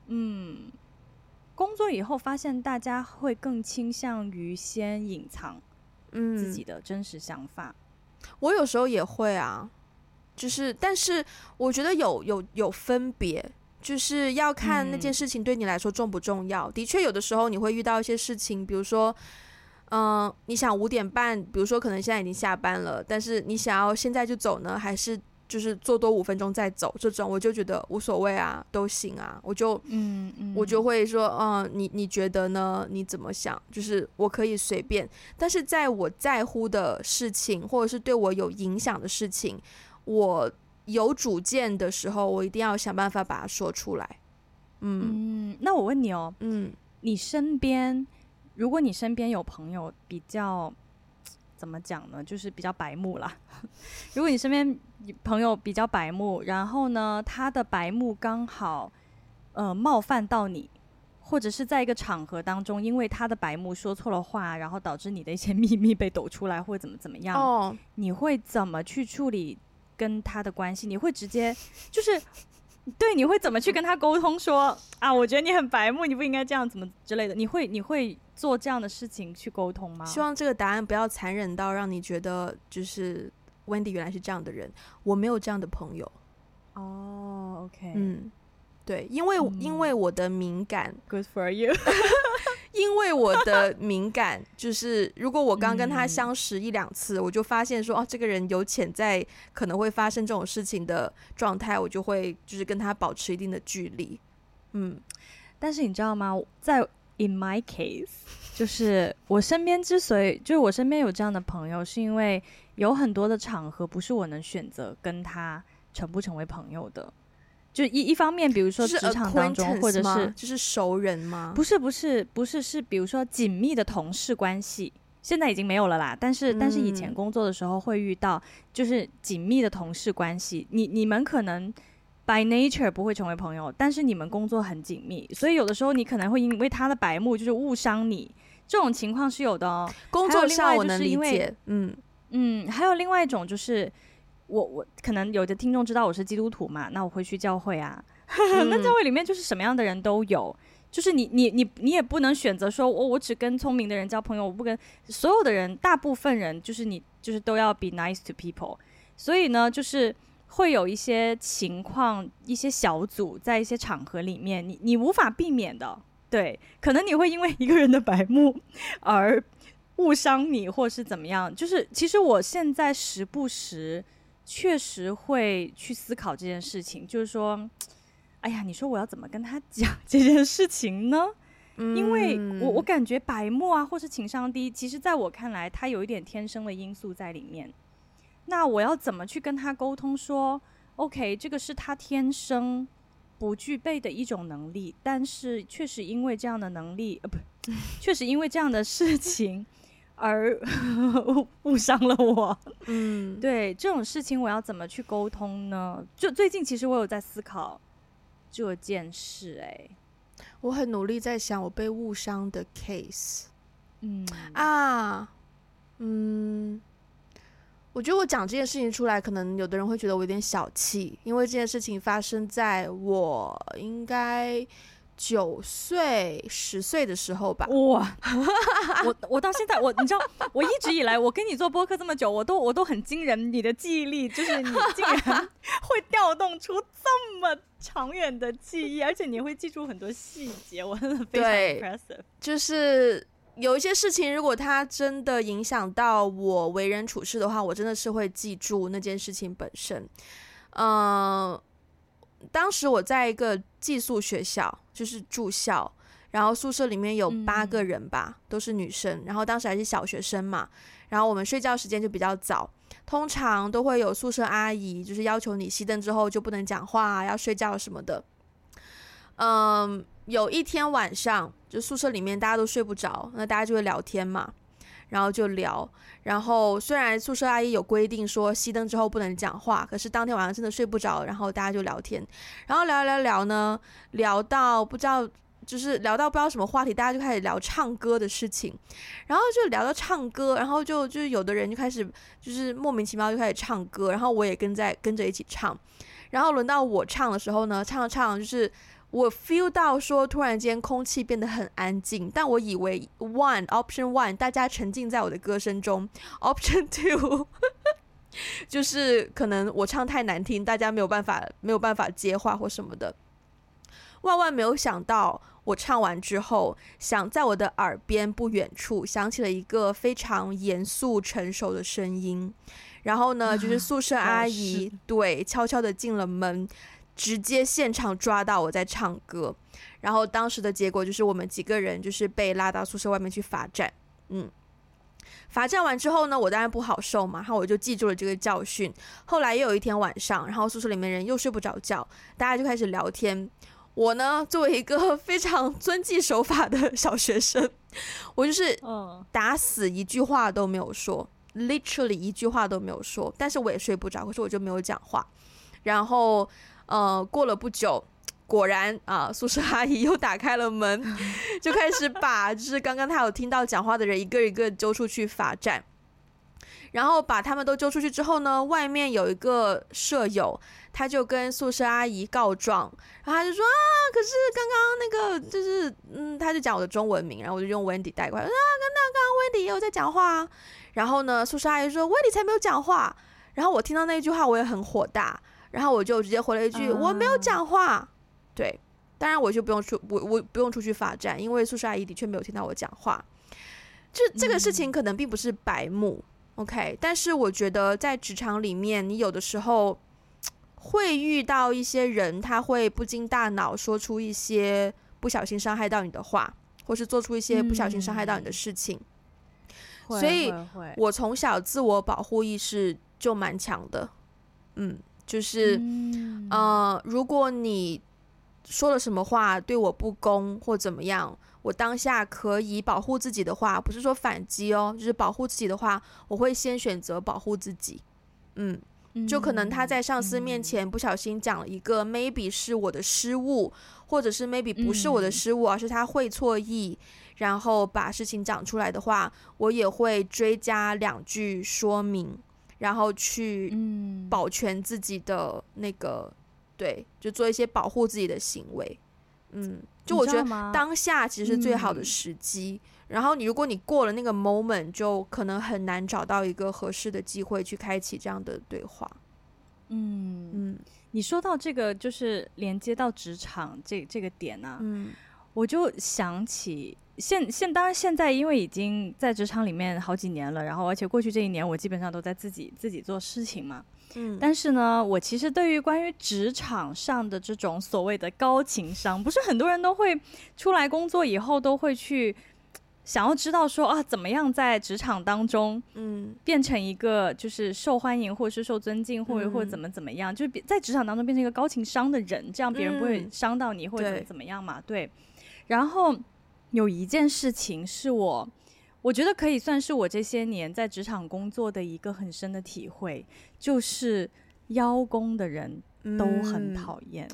Speaker 1: 工作以后发现大家会更倾向于先隐藏自己的真实想法。
Speaker 2: 我有时候也会就是但是我觉得有分别，就是要看那件事情对你来说重不重要。的确有的时候你会遇到一些事情，比如说你想5点半，比如说可能现在已经下班了，但是你想要现在就走呢，还是就是做多5分钟再走，这种我就觉得无所谓都行我就我就会说你觉得呢？你怎么想？就是我可以随便，但是在我在乎的事情或者是对我有影响的事情，我有主见的时候，我一定要想办法把它说出来。
Speaker 1: 那我问你你身边，如果你身边有朋友比较怎么讲呢，就是比较白目啦如果你身边朋友比较白目，然后呢他的白目刚好冒犯到你，或者是在一个场合当中因为他的白目说错了话，然后导致你的一些秘密被抖出来或者怎么样你会怎么去处理跟他的关系？你会直接就是对，你会怎么去跟他沟通说啊？我觉得你很白目，你不应该这样，怎么之类的？你会做这样的事情去沟通吗？
Speaker 2: 希望这个答案不要残忍到让你觉得就是 Wendy 原来是这样的人。我没有这样的朋友。
Speaker 1: 哦、OK，
Speaker 2: 对，因为我的敏感
Speaker 1: ，Good for you
Speaker 2: 因为我的敏感就是如果我刚跟他相识一两次，我就发现说这个人有潜在可能会发生这种事情的状态，我就会就是跟他保持一定的距离。
Speaker 1: 但是你知道吗，在 in my case 就是我身边之所以就是我身边有这样的朋友，是因为有很多的场合不是我能选择跟他成不成为朋友的。就一方面比如说职场当中，或者是
Speaker 2: 就是熟人吗？
Speaker 1: 不是，是比如说紧密的同事关系，现在已经没有了啦，但是以前工作的时候会遇到就是紧密的同事关系，你们可能 by nature 不会成为朋友，但是你们工作很紧密，所以有的时候你可能会因为他的白目就是误伤你，这种情况是有的哦。
Speaker 2: 工作上我能理解。
Speaker 1: 还有另外一种就是我可能有的听众知道我是基督徒嘛，那我会去教会啊那教会里面就是什么样的人都有，就是你也不能选择说我只跟聪明的人交朋友，我不跟所有的人，大部分人就是你就是都要 be nice to people， 所以呢就是会有一些情况，一些小组在一些场合里面你无法避免的，对，可能你会因为一个人的白目而误伤你或是怎么样，就是其实我现在时不时确实会去思考这件事情，就是说哎呀，你说我要怎么跟他讲这件事情呢？因为我感觉白目啊或是情商低，其实在我看来他有一点天生的因素在里面，那我要怎么去跟他沟通说 OK 这个是他天生不具备的一种能力，但是确实因为这样的能力确实因为这样的事情而误伤了我。对，这种事情我要怎么去沟通呢？就最近其实我有在思考这件事。
Speaker 2: 我很努力在想我被误伤的 case。我觉得我讲这件事情出来，可能有的人会觉得我有点小气，因为这件事情发生在我应该9岁10岁的时候吧。
Speaker 1: 哇我到现在你知道我一直以来我跟你做播客这么久，我都很惊人，你的记忆力就是你竟然会调动出这么长远的记忆，而且你会记住很多细节，我真的非常 impressive。
Speaker 2: 就是有一些事情如果它真的影响到我为人处事的话，我真的是会记住那件事情本身。当时我在一个寄宿学校，就是住校，然后宿舍里面有8个人吧，都是女生，然后当时还是小学生嘛，然后我们睡觉时间就比较早，通常都会有宿舍阿姨就是要求你熄灯之后就不能讲话要睡觉什么的。有一天晚上就宿舍里面大家都睡不着，那大家就会聊天嘛，然后就聊，然后虽然宿舍阿姨有规定说熄灯之后不能讲话，可是当天晚上真的睡不着，然后大家就聊天，然后聊呢，聊到不知道什么话题，大家就开始聊唱歌的事情，然后就聊到唱歌，然后就有的人就开始就是莫名其妙就开始唱歌，然后我也跟着一起唱，然后轮到我唱的时候呢，唱就是我 feel 到说突然间空气变得很安静，但我以为 option one 大家沉浸在我的歌声中， option two 就是可能我唱太难听，大家没有办法接话或什么的。万万没有想到我唱完之后，想在我的耳边不远处响起了一个非常严肃成熟的声音，然后呢就是宿舍阿姨对悄悄的进了门，直接现场抓到我在唱歌，然后当时的结果就是我们几个人就是被拉到宿舍外面去罚站。罚站完之后呢，我当然不好受嘛，然后我就记住了这个教训。后来又有一天晚上，然后宿舍里面人又睡不着觉，大家就开始聊天。我呢作为一个非常遵纪守法的小学生，我就是打死一句话都没有说，literally 一句话都没有说，但是我也睡不着，可是我就没有讲话。然后过了不久，果然宿舍阿姨又打开了门，就开始把就是刚刚他有听到讲话的人一个一个揪出去罚站。 然后把他们都揪出去之后呢，外面有一个舍友，他就跟宿舍阿姨告状，然后他就说啊，可是刚刚那个就是他就讲我的中文名，然后我就用 Wendy 带过来，啊，刚刚 Wendy 也有在讲话啊。然后呢，宿舍阿姨说 Wendy 才没有讲话。然后我听到那句话，我也很火大，然后我就直接回了一句，我没有讲话。对，当然我就不用我不用出去罚站，因为宿舍阿姨的确没有听到我讲话。就这个事情可能并不是白目，OK， 但是我觉得在职场里面，你有的时候会遇到一些人，他会不经大脑说出一些不小心伤害到你的话，或是做出一些不小心伤害到你的事情。所以我从小自我保护意识就蛮强的，就是如果你说了什么话对我不公或怎么样，我当下可以保护自己的话，不是说反击哦，就是保护自己的话，我会先选择保护自己。就可能他在上司面前不小心讲了一个 maybe 是我的失误，或者是 maybe 不是我的失误，而是他会错意，然后把事情讲出来的话，我也会追加2句说明，然后去保全自己的那个对，就做一些保护自己的行为。就我觉得当下其实是最好的时机，然后如果你过了那个 moment， 就可能很难找到一个合适的机会去开启这样的对话。
Speaker 1: 你说到这个就是连接到职场这个点啊，我就想起当然现在因为已经在职场里面好几年了，然后而且过去这1年我基本上都在自己做事情嘛。但是呢，我其实对于关于职场上的这种所谓的高情商，不是很多人都会出来工作以后都会去想要知道说啊，怎么样在职场当中变成一个就是受欢迎或是受尊敬或者怎么样，就是在职场当中变成一个高情商的人，这样别人不会伤到你或者怎么样嘛。对。然后有一件事情是我觉得可以算是我这些年在职场工作的一个很深的体会，就是邀功的人都很讨厌。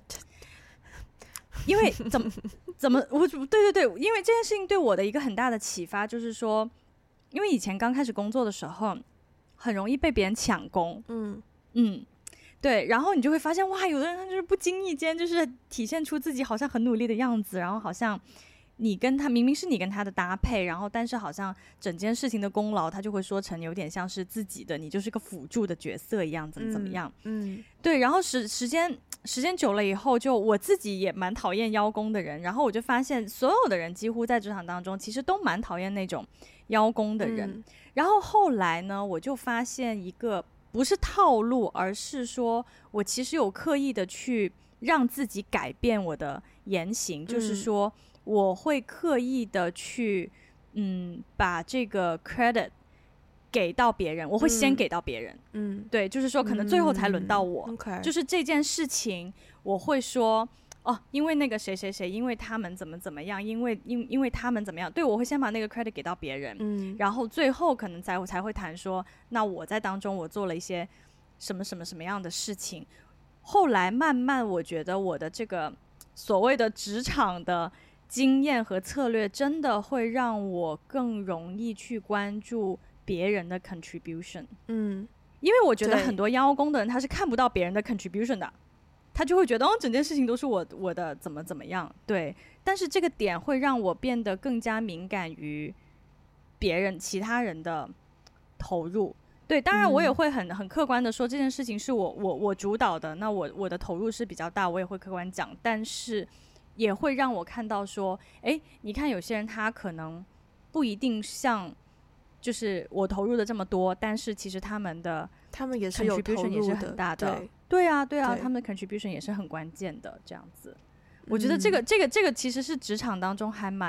Speaker 1: 因为怎么对，因为这件事情对我的一个很大的启发就是说，因为以前刚开始工作的时候很容易被别人抢功。对，然后你就会发现哇，有的人他就是不经意间就是体现出自己好像很努力的样子，然后好像你跟他明明是你跟他的搭配，然后但是好像整件事情的功劳他就会说成有点像是自己的，你就是个辅助的角色一样，怎么样。对，然后时间久了以后，就我自己也蛮讨厌邀功的人，然后我就发现所有的人几乎在职场当中其实都蛮讨厌那种邀功的人。然后后来呢，我就发现一个不是套路，而是说我其实有刻意的去让自己改变我的言行，就是说我会刻意的去把这个 credit 给到别人，我会先给到别人。对，就是说可能最后才轮到我。就是这件事情我会说因为那个谁谁谁，因为他们怎么样，因为他们怎么样，对，我会先把那个 credit 给到别人。然后最后可能才会谈说，那我在当中我做了一些什么样的事情。后来慢慢我觉得我的这个所谓的职场的经验和策略真的会让我更容易去关注别人的 contribution。因为我觉得很多邀功的人他是看不到别人的 contribution 的，他就会觉得整件事情都是我的怎么样。对，但是这个点会让我变得更加敏感于其他人的投入。对，当然我也会很客观的说这件事情是我主导的，那我的投入是比较大，我也会客观讲，但是也会让我看到说，你看有些人他可能不一定像就是我投入的这么多，但是其实他们也是有投入的，也是很大的。对啊，他们的 contribution 也是很关键的，这样子。我觉得这个其实是职场当中还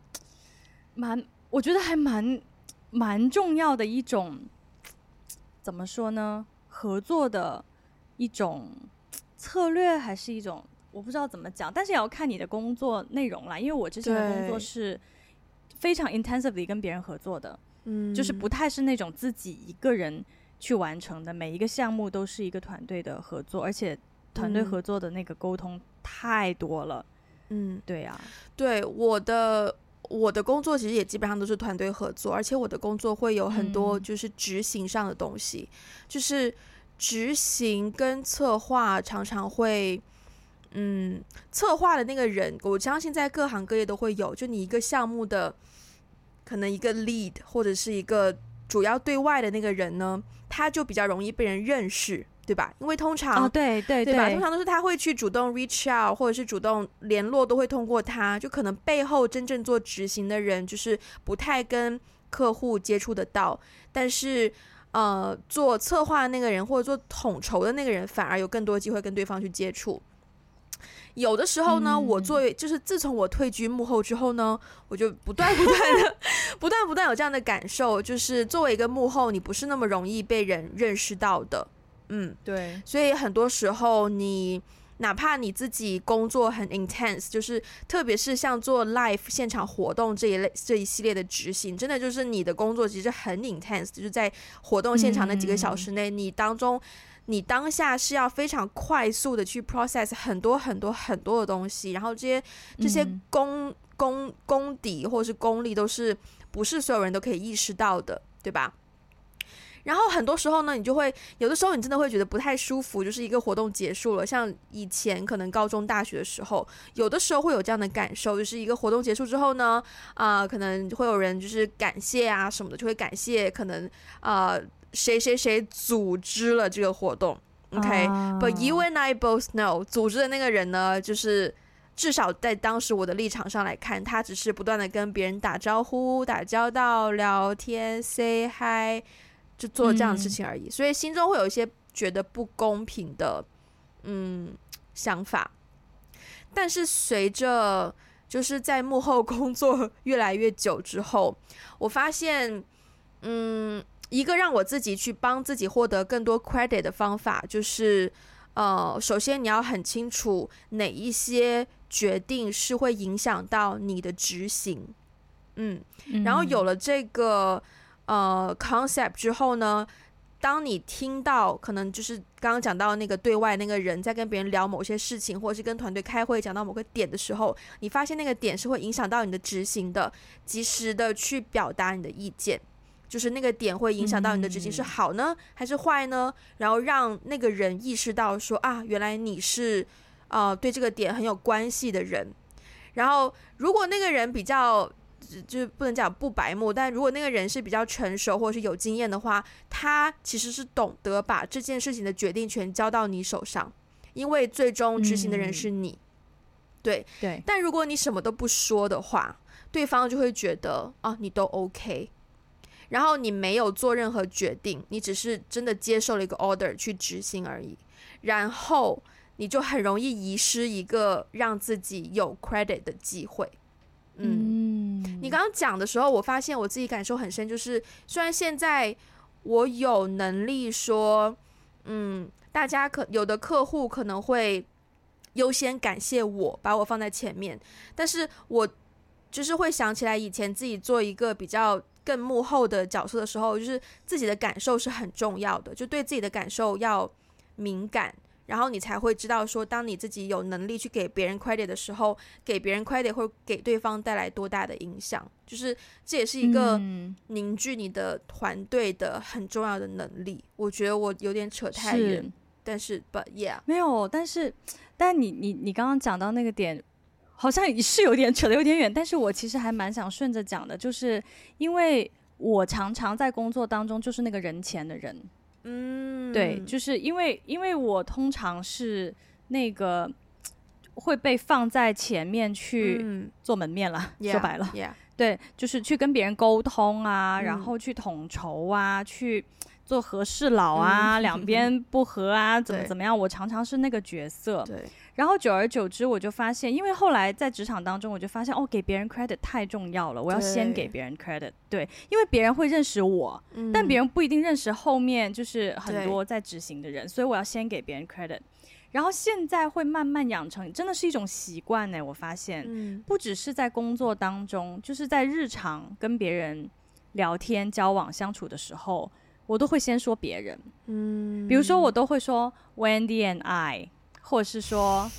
Speaker 1: 我觉得还蛮重要的一种，怎么说呢？合作的一种策略，还是一种我不知道怎么讲，但是也要看你的工作内容啦。因为我之前的工作是非常 intensively 跟别人合作的，就是不太是那种自己一个人去完成的，每一个项目都是一个团队的合作，而且团队合作的那个沟通太多了。对啊，
Speaker 2: 对，我的我的工作其实也基本上都是团队合作，而且我的工作会有很多就是执行上的东西，就是执行跟策划常常会策划的那个人，我相信在各行各业都会有，就你一个项目的可能一个 lead 或者是一个主要对外的那个人呢，他就比较容易被人认识，对吧？因为通常
Speaker 1: 对
Speaker 2: 吧？通常都是他会去主动 reach out 或者是主动联络，都会通过他，就可能背后真正做执行的人就是不太跟客户接触得到，但是做策划的那个人或者做统筹的那个人反而有更多机会跟对方去接触。有的时候呢，我就是自从我退居幕后之后呢，我就不断有这样的感受，就是作为一个幕后，你不是那么容易被人认识到的。
Speaker 1: 对，
Speaker 2: 所以很多时候你哪怕你自己工作很 intense， 就是特别是像做 live 现场活动这一系列的执行，真的就是你的工作其实很 intense， 就是在活动现场那几个小时内，你当下是要非常快速的去 process 很多的东西，然后这些功底或者是功力都是不是所有人都可以意识到的，对吧？然后很多时候呢，你就会有的时候你真的会觉得不太舒服，就是一个活动结束了，像以前可能高中大学的时候，有的时候会有这样的感受，就是一个活动结束之后呢，可能会有人就是感谢啊什么的，就会感谢可能谁谁谁组织了这个活动 ，OK，but you and I both know， 组织的那个人呢，就是至少在当时我的立场上来看，他只是不断的跟别人打招呼、打交道、聊天 ，say hi。就做这样的事情而已，所以心中会有一些觉得不公平的想法。但是随着就是在幕后工作越来越久之后，我发现一个让我自己去帮自己获得更多 credit 的方法，就是首先你要很清楚哪一些决定是会影响到你的执行，然后有了这个concept 之后呢，当你听到可能就是刚刚讲到那个对外那个人在跟别人聊某些事情，或者是跟团队开会讲到某个点的时候，你发现那个点是会影响到你的执行的，及时的去表达你的意见，就是那个点会影响到你的执行是好呢还是坏呢，然后让那个人意识到说原来你是对这个点很有关系的人。然后如果那个人比较就不能讲不白目，但如果那个人是比较成熟或者是有经验的话，他其实是懂得把这件事情的决定权交到你手上，因为最终执行的人是你。对。但如果你什么都不说的话，对方就会觉得你都 OK， 然后你没有做任何决定，你只是真的接受了一个 order 去执行而已，然后你就很容易遗失一个让自己有 credit 的机会。你刚刚讲的时候，我发现我自己感受很深，就是虽然现在我有能力说，大家有的客户可能会优先感谢我，把我放在前面，但是我就是会想起来以前自己做一个比较更幕后的角色的时候，就是自己的感受是很重要的，就对自己的感受要敏感，然后你才会知道说，当你自己有能力去给别人 credit 的时候，给别人 credit 会给对方带来多大的影响，就是这也是一个凝聚你的团队的很重要的能力。我觉得我有点扯太远，但是 but yeah
Speaker 1: 没有，但你刚刚讲到那个点，好像是有点扯得有点远，但是我其实还蛮想顺着讲的，就是因为我常常在工作当中就是那个人前的人。对，就是因为我通常是那个会被放在前面去做门面了，说白了，对，就是去跟别人沟通啊，然后去统筹啊，去做和事佬啊，两边不和啊，怎么样，我常常是那个角色。
Speaker 2: 对。
Speaker 1: 然后久而久之，我就发现，因为后来在职场当中，我就发现给别人 credit 太重要了，我要先给别人 credit。对，因为别人会认识我，但别人不一定认识后面就是很多在执行的人，所以我要先给别人 credit。然后现在会慢慢养成，真的是一种习惯呢。我发现，不只是在工作当中，就是在日常跟别人聊天、交往、相处的时候，我都会先说别人。比如说我都会说 Wendy and I。或者是说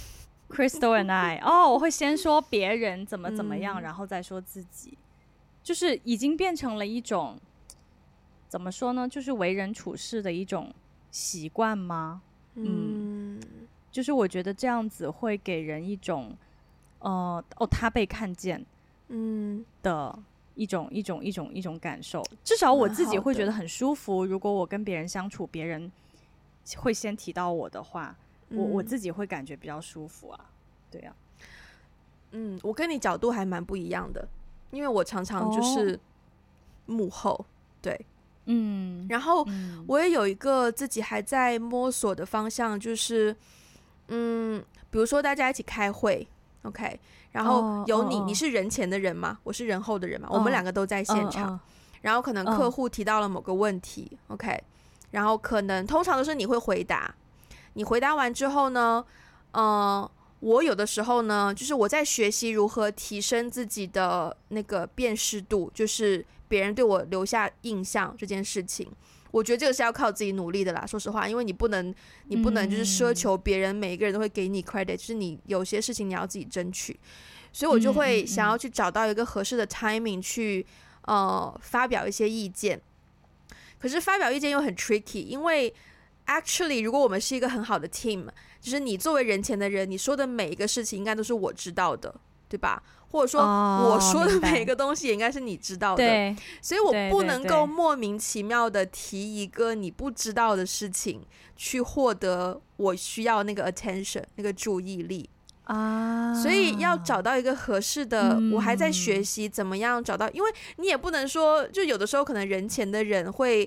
Speaker 1: Crystal and I 我会先说别人怎么样，然后再说自己，就是已经变成了一种怎么说呢，就是为人处事的一种习惯吗？就是我觉得这样子会给人一种他被看见的一种感受，至少我自己会觉得很舒服。如果我跟别人相处，别人会先提到我的话，我自己会感觉比较舒服啊。对啊，
Speaker 2: 我跟你角度还蛮不一样的，因为我常常就是幕后，对，然后我也有一个自己还在摸索的方向，就是比如说大家一起开会 ，OK， 然后有你是人前的人嘛，我是人后的人嘛，我们两个都在现场，然后可能客户提到了某个问题 ，OK， 然后可能通常都是你会回答，你回答完之后呢，我有的时候呢，就是我在学习如何提升自己的那个辨识度，就是别人对我留下印象这件事情。我觉得这个是要靠自己努力的啦，说实话，因为你不能就是奢求别人每一个人都会给你 credit， 就是你有些事情你要自己争取。所以我就会想要去找到一个合适的 timing 去发表一些意见。可是发表意见又很 tricky， 因为 actually 如果我们是一个很好的 team， 就是你作为人前的人，你说的每一个事情应该都是我知道的，对吧？或者说我说的每一个东西也应该是你知道的，
Speaker 1: 对，
Speaker 2: 所以我不能够莫名其妙的提一个你不知道的事情去获得我需要那个 attention 那个注意力啊，所以要找到一个合适的，我还在学习怎么样找到，因为你也不能说，就有的时候可能人前的人会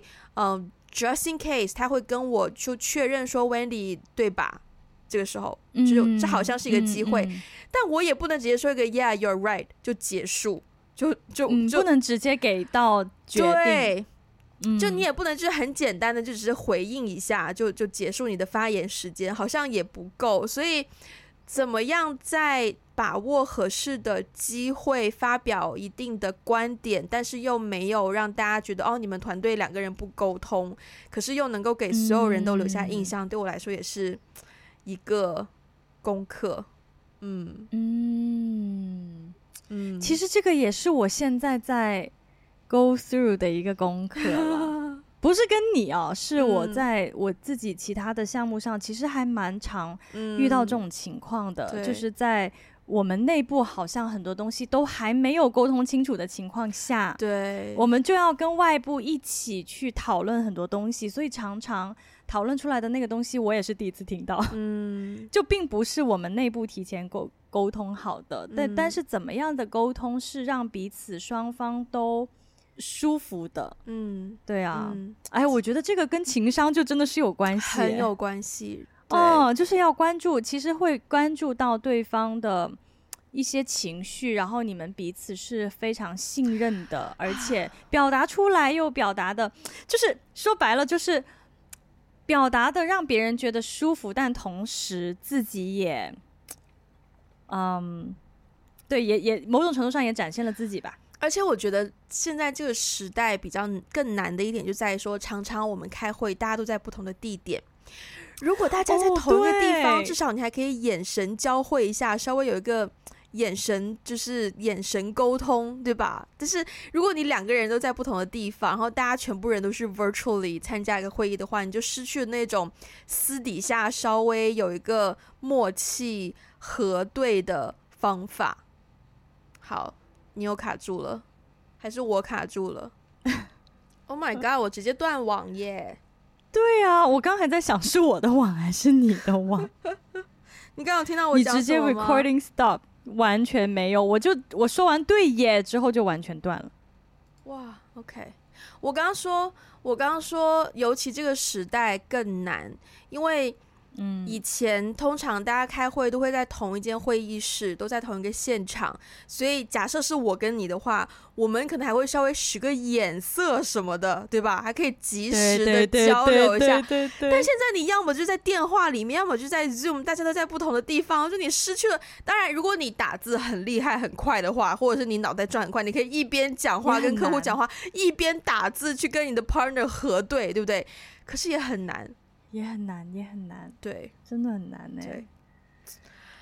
Speaker 2: just in case 他会跟我就确认说 Wendy 对吧，这个时候就这好像是一个机会，但我也不能直接说一个 Yeah you're right 就结束，就
Speaker 1: 不能直接给到决定，
Speaker 2: 对，就你也不能就是很简单的就只是回应一下就结束你的发言时间，好像也不够，所以怎么样在把握合适的机会发表一定的观点，但是又没有让大家觉得你们团队两个人不沟通，可是又能够给所有人都留下印象，对我来说也是一个功课。
Speaker 1: 其实这个也是我现在 go through 的一个功课了不是跟你是我在我自己其他的项目上其实还蛮常遇到这种情况的，就是在我们内部好像很多东西都还没有沟通清楚的情况下，对，我们就要跟外部一起去讨论很多东西，所以常常讨论出来的那个东西我也是第一次听到，就并不是我们内部提前沟通好的，但是怎么样的沟通是让彼此双方都舒服的，对啊，我觉得这个跟情商就真的是有关系，
Speaker 2: 很有关系，
Speaker 1: 就是要关注，其实会关注到对方的一些情绪，然后你们彼此是非常信任的，而且表达出来又表达的，就是说白了就是表达的让别人觉得舒服，但同时自己也对，也某种程度上也展现了自己吧。
Speaker 2: 而且我觉得现在这个时代比较更难的一点就在于说，常常我们开会大家都在不同的地点，如果大家在同一个地方，至少你还可以眼神交汇一下，稍微有一个眼神就是眼神沟通，对吧？但是如果你两个人都在不同的地方，然后大家全部人都是 virtually 参加一个会议的话，你就失去了那种私底下稍微有一个默契核对的方法。好，你又卡住了，还是我卡住了？Oh my god！ 我直接断网耶！
Speaker 1: 对啊，我刚还在想是我的网还是你的网。
Speaker 2: 你刚刚有听到我讲什么吗？
Speaker 1: 你直接 recording stop， 完全没有，我说完对耶之后就完全断了。
Speaker 2: 哇 ，OK， 我刚刚说，尤其这个时代更难，因为以前通常大家开会都会在同一间会议室，都在同一个现场，所以假设是我跟你的话，我们可能还会稍微使个眼色什么的，对吧？还可以及时的交流一下。但现在你要么就在电话里面，要么就在 Zoom， 大家都在不同的地方，就你失去了。当然，如果你打字很厉害很快的话，或者是你脑袋转很快，你可以一边讲话跟客户讲话，一边打字去跟你的 partner 核对，对不对？可是也很难。
Speaker 1: 也很难，也很难，
Speaker 2: 对，
Speaker 1: 真的很难
Speaker 2: 对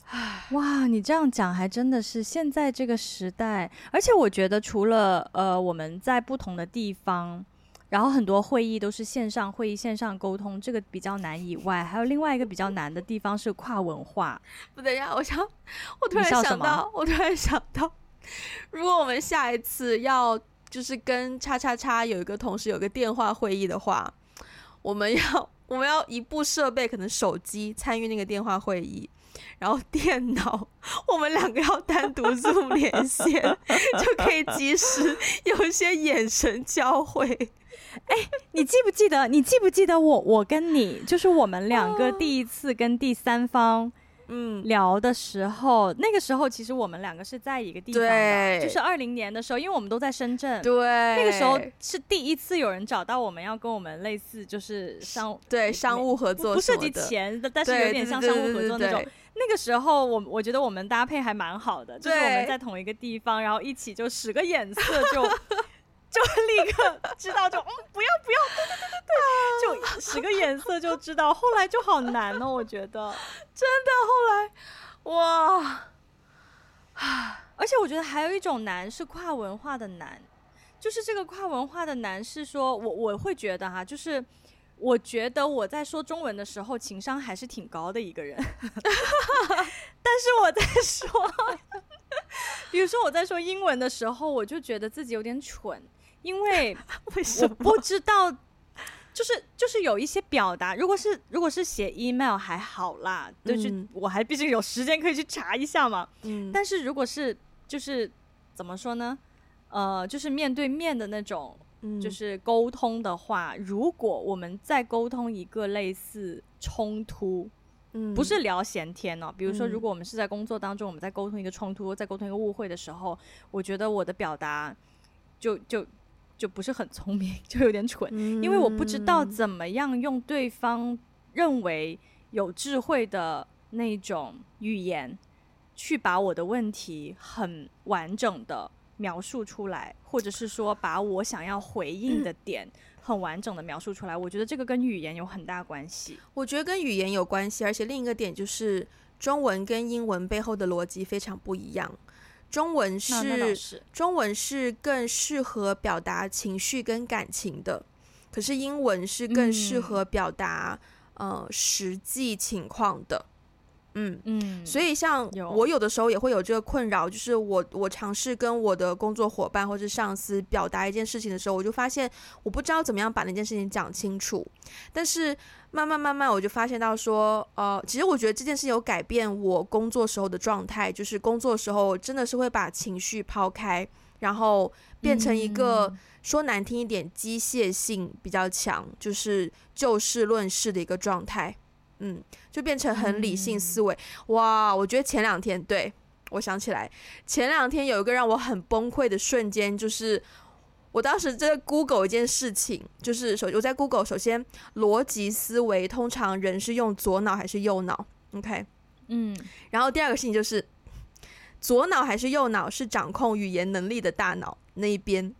Speaker 1: 哇，你这样讲还真的是现在这个时代，而且我觉得除了我们在不同的地方，然后很多会议都是线上会议、线上沟通，这个比较难以外，还有另外一个比较难的地方是跨文化。
Speaker 2: 不等一下，我突然想到，如果我们下一次要就是跟叉叉叉有一个同事有个电话会议的话，我们要一部设备，可能手机参与那个电话会议。然后电脑我们两个要单独 Zoom 连线，就可以及时有一些眼神交汇。
Speaker 1: 你记不记得我跟你，就是我们两个第一次跟第三方聊的时候，那个时候其实我们两个是在一个地方的，就是2020年的时候，因为我们都在深圳，
Speaker 2: 对，
Speaker 1: 那个时候是第一次有人找到我们要跟我们类似，就是商
Speaker 2: 务合作，
Speaker 1: 不涉及钱的，但是有点像商务合作那种。那个时候我觉得我们搭配还蛮好的，就是我们在同一个地方，然后一起就使个眼色就立刻知道，就不要，对，就使个眼色就知道。后来就好难哦，我觉得
Speaker 2: 真的后来哇，
Speaker 1: 而且我觉得还有一种难是跨文化的难，就是这个跨文化的难是说我会觉得哈，就是我觉得我在说中文的时候情商还是挺高的一个人但是我在说比如说我在说英文的时候，我就觉得自己有点蠢，因为我不知道就是有一些表达，如果是写 email 还好啦，就是我还毕竟有时间可以去查一下嘛，但是如果是就是怎么说呢，就是面对面的那种就是沟通的话，如果我们在沟通一个类似冲突，不是聊闲天哦，比如说如果我们是在工作当中，我们在沟通一个冲突，在沟通一个误会的时候，我觉得我的表达就不是很聪明，就有点蠢，因为我不知道怎么样用对方认为有智慧的那种语言去把我的问题很完整的描述出来，或者是说把我想要回应的点很完整的描述出来，我觉得这个跟语言有很大关系。
Speaker 2: 我觉得跟语言有关系，而且另一个点就是中文跟英文背后的逻辑非常不一样。中文是更适合表达情绪跟感情的，可是英文是更适合表达实际情况的。所以像我有的时候也会有这个困扰，就是我尝试跟我的工作伙伴或是上司表达一件事情的时候，我就发现我不知道怎么样把那件事情讲清楚，但是慢慢我就发现到说其实我觉得这件事有改变我工作时候的状态，就是工作时候真的是会把情绪抛开，然后变成一个说难听一点机械性比较强，就是就事论事的一个状态，就变成很理性思维。哇，我觉得前两天，对，我想起来前两天有一个让我很崩溃的瞬间，就是我当时在 Google 一件事情，就是我在 Google 首先逻辑思维通常人是用左脑还是右脑 OK， 然后第二个事情就是左脑还是右脑是掌控语言能力的大脑那一边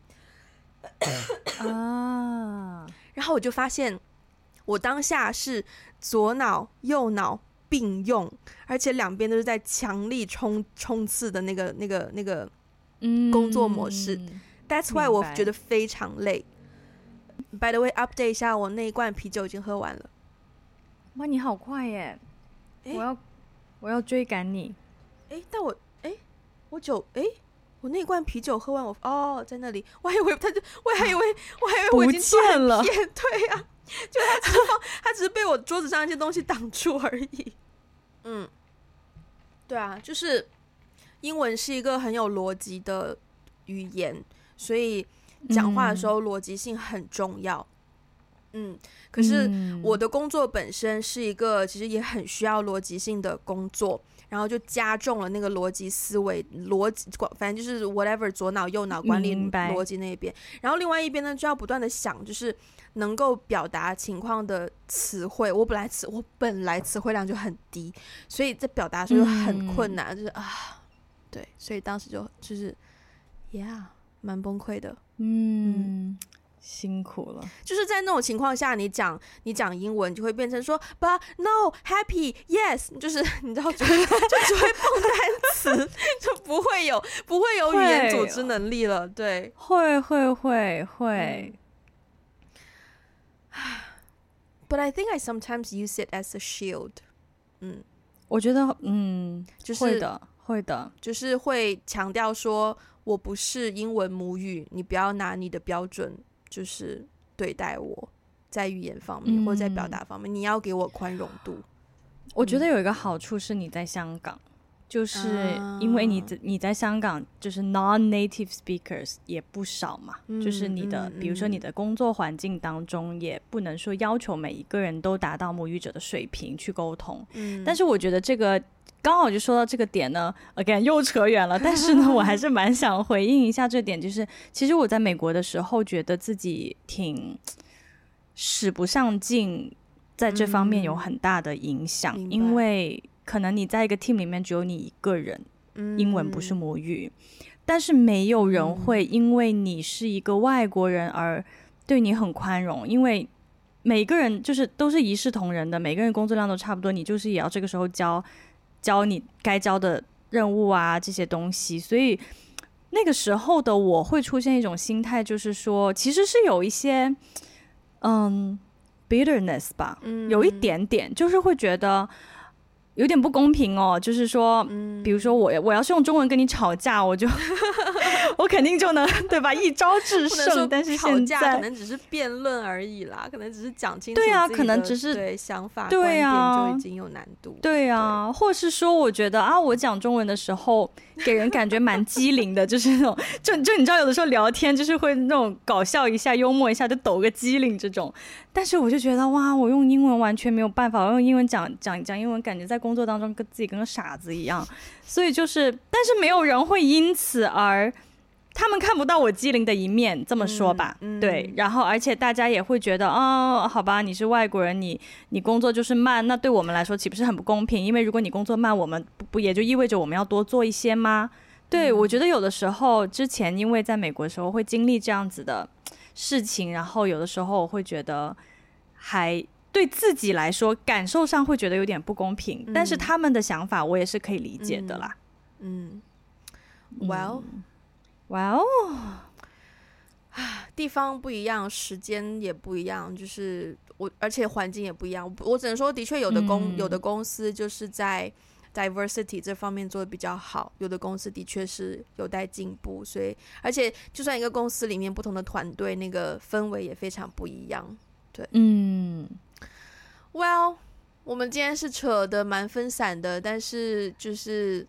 Speaker 2: 然后我就发现我当下是左脑右脑并用，而且两边都是在强力冲刺的那个工作模式，That's why 我觉得非常累。By the way, update 一下，我那一罐啤酒已经喝完了。
Speaker 1: 哇，你好快耶！我要追赶你。
Speaker 2: 但我我那一罐啤酒喝完，在那里，我还以为我已经
Speaker 1: 见了。
Speaker 2: 对呀，就它只是被我桌子上一些东西挡住而已。对啊，就是英文是一个很有逻辑的语言，所以讲话的时候逻辑性很重要。可是我的工作本身是一个其实也很需要逻辑性的工作，然后就加重了那个逻辑思维，反正就是 whatever 左脑右脑管理逻辑那一边，然后另外一边呢就要不断的想，就是能够表达情况的词汇，我本来词汇量就很低，所以在表达的时候就很困难，就是对，所以当时就是蛮崩溃的。
Speaker 1: 辛苦了。
Speaker 2: 就是在那种情况下，你讲英文就会变成说 but no happy yes， 就是你知道就只会蹦单词，就不会有语言组织能力了。对，
Speaker 1: 会。
Speaker 2: But I think I sometimes use it as a shield。
Speaker 1: 我觉得
Speaker 2: 就是
Speaker 1: 会的，
Speaker 2: 就是会强调说我不是英文母语，你不要拿你的标准就是对待我，在语言方面或者在表达方面，你要给我宽容度。
Speaker 1: 我觉得有一个好处是你在香港，就是因为你在香港就是 non-native speakers 也不少嘛，就是你的比如说你的工作环境当中也不能说要求每一个人都达到母语者的水平去沟通，但是我觉得这个刚好就说到这个点呢 again 又扯远了，但是呢我还是蛮想回应一下这点，就是其实我在美国的时候觉得自己挺使不上劲，在这方面有很大的影响，因为可能你在一个 team 里面只有你一个人英文不是母语，但是没有人会因为你是一个外国人而对你很宽容，因为每个人就是都是一视同仁的，每个人工作量都差不多，你就是也要这个时候教你该教的任务啊这些东西，所以那个时候的我会出现一种心态，就是说其实是有一些bitterness 吧，有一点点就是会觉得有点不公平哦，就是说比如说我要是用中文跟你吵架，我就我肯定就能对吧一招制胜，但是现在
Speaker 2: 吵架可能只是辩论而已啦，可能只是讲清楚自己的
Speaker 1: 对啊，可能只是
Speaker 2: 对想法
Speaker 1: 对啊
Speaker 2: 观点就已经有难度，
Speaker 1: 对啊，或是说我觉得啊我讲中文的时候给人感觉蛮机灵的，就是那种就你知道有的时候聊天就是会那种搞笑一下幽默一下就抖个机灵这种，但是我就觉得哇我用英文完全没有办法，我用英文讲英文感觉在工作当中跟自己跟个傻子一样，所以就是但是没有人会因此而他们看不到我机灵的一面，这么说吧，对，然后而且大家也会觉得好吧你是外国人，你工作就是慢，那对我们来说岂不是很不公平，因为如果你工作慢我们不也就意味着我们要多做一些吗？对，我觉得有的时候之前因为在美国的时候会经历这样子的事情，然后有的时候我会觉得还对自己来说感受上会觉得有点不公平，但是他们的想法我也是可以理解的啦。
Speaker 2: 哇哦，地方不一样，时间也不一样，就是而且环境也不一样。我只能说，的确有的公司就是在 diversity 这方面做的比较好，有的公司的确是有待进步。所以，而且就算一个公司里面不同的团队，那个氛围也非常不一样。对，Well， 我们今天是扯的蛮分散的，但是就是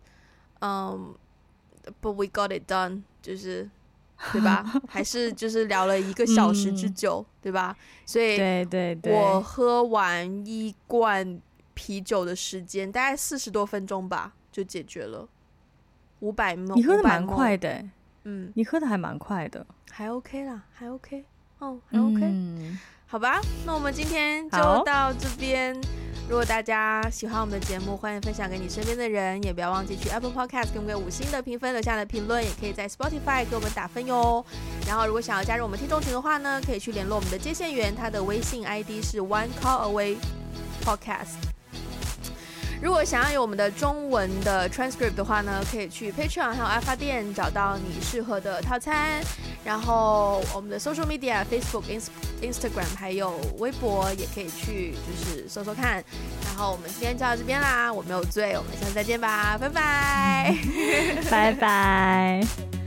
Speaker 2: but we got it done， 就是对吧？还是就是聊了1个小时之久，对吧？所以
Speaker 1: 对，
Speaker 2: 我喝完1罐啤酒的时间大概40多分钟吧，就解决了500 ml。
Speaker 1: 你喝的蛮快的，你喝的还蛮快的，
Speaker 2: 还 OK 啦，还 OK， 还 OK，好吧，那我们今天就到这边。如果大家喜欢我们的节目，欢迎分享给你身边的人，也不要忘记去 Apple Podcast 给我们个5星的评分，留下的评论，也可以在 Spotify 给我们打分哟。然后如果想要加入我们听众群的话呢，可以去联络我们的接线员，他的微信 ID 是 One Call Away Podcast。如果想要有我们的中文的 transcript 的话呢，可以去 Patreon 还有阿发店找到你适合的套餐。然后我们的 social media Facebook、Instagram 还有微博也可以去就是搜搜看。然后我们今天就到这边啦，我没有醉，我们下次再见吧，拜拜，
Speaker 1: 拜拜。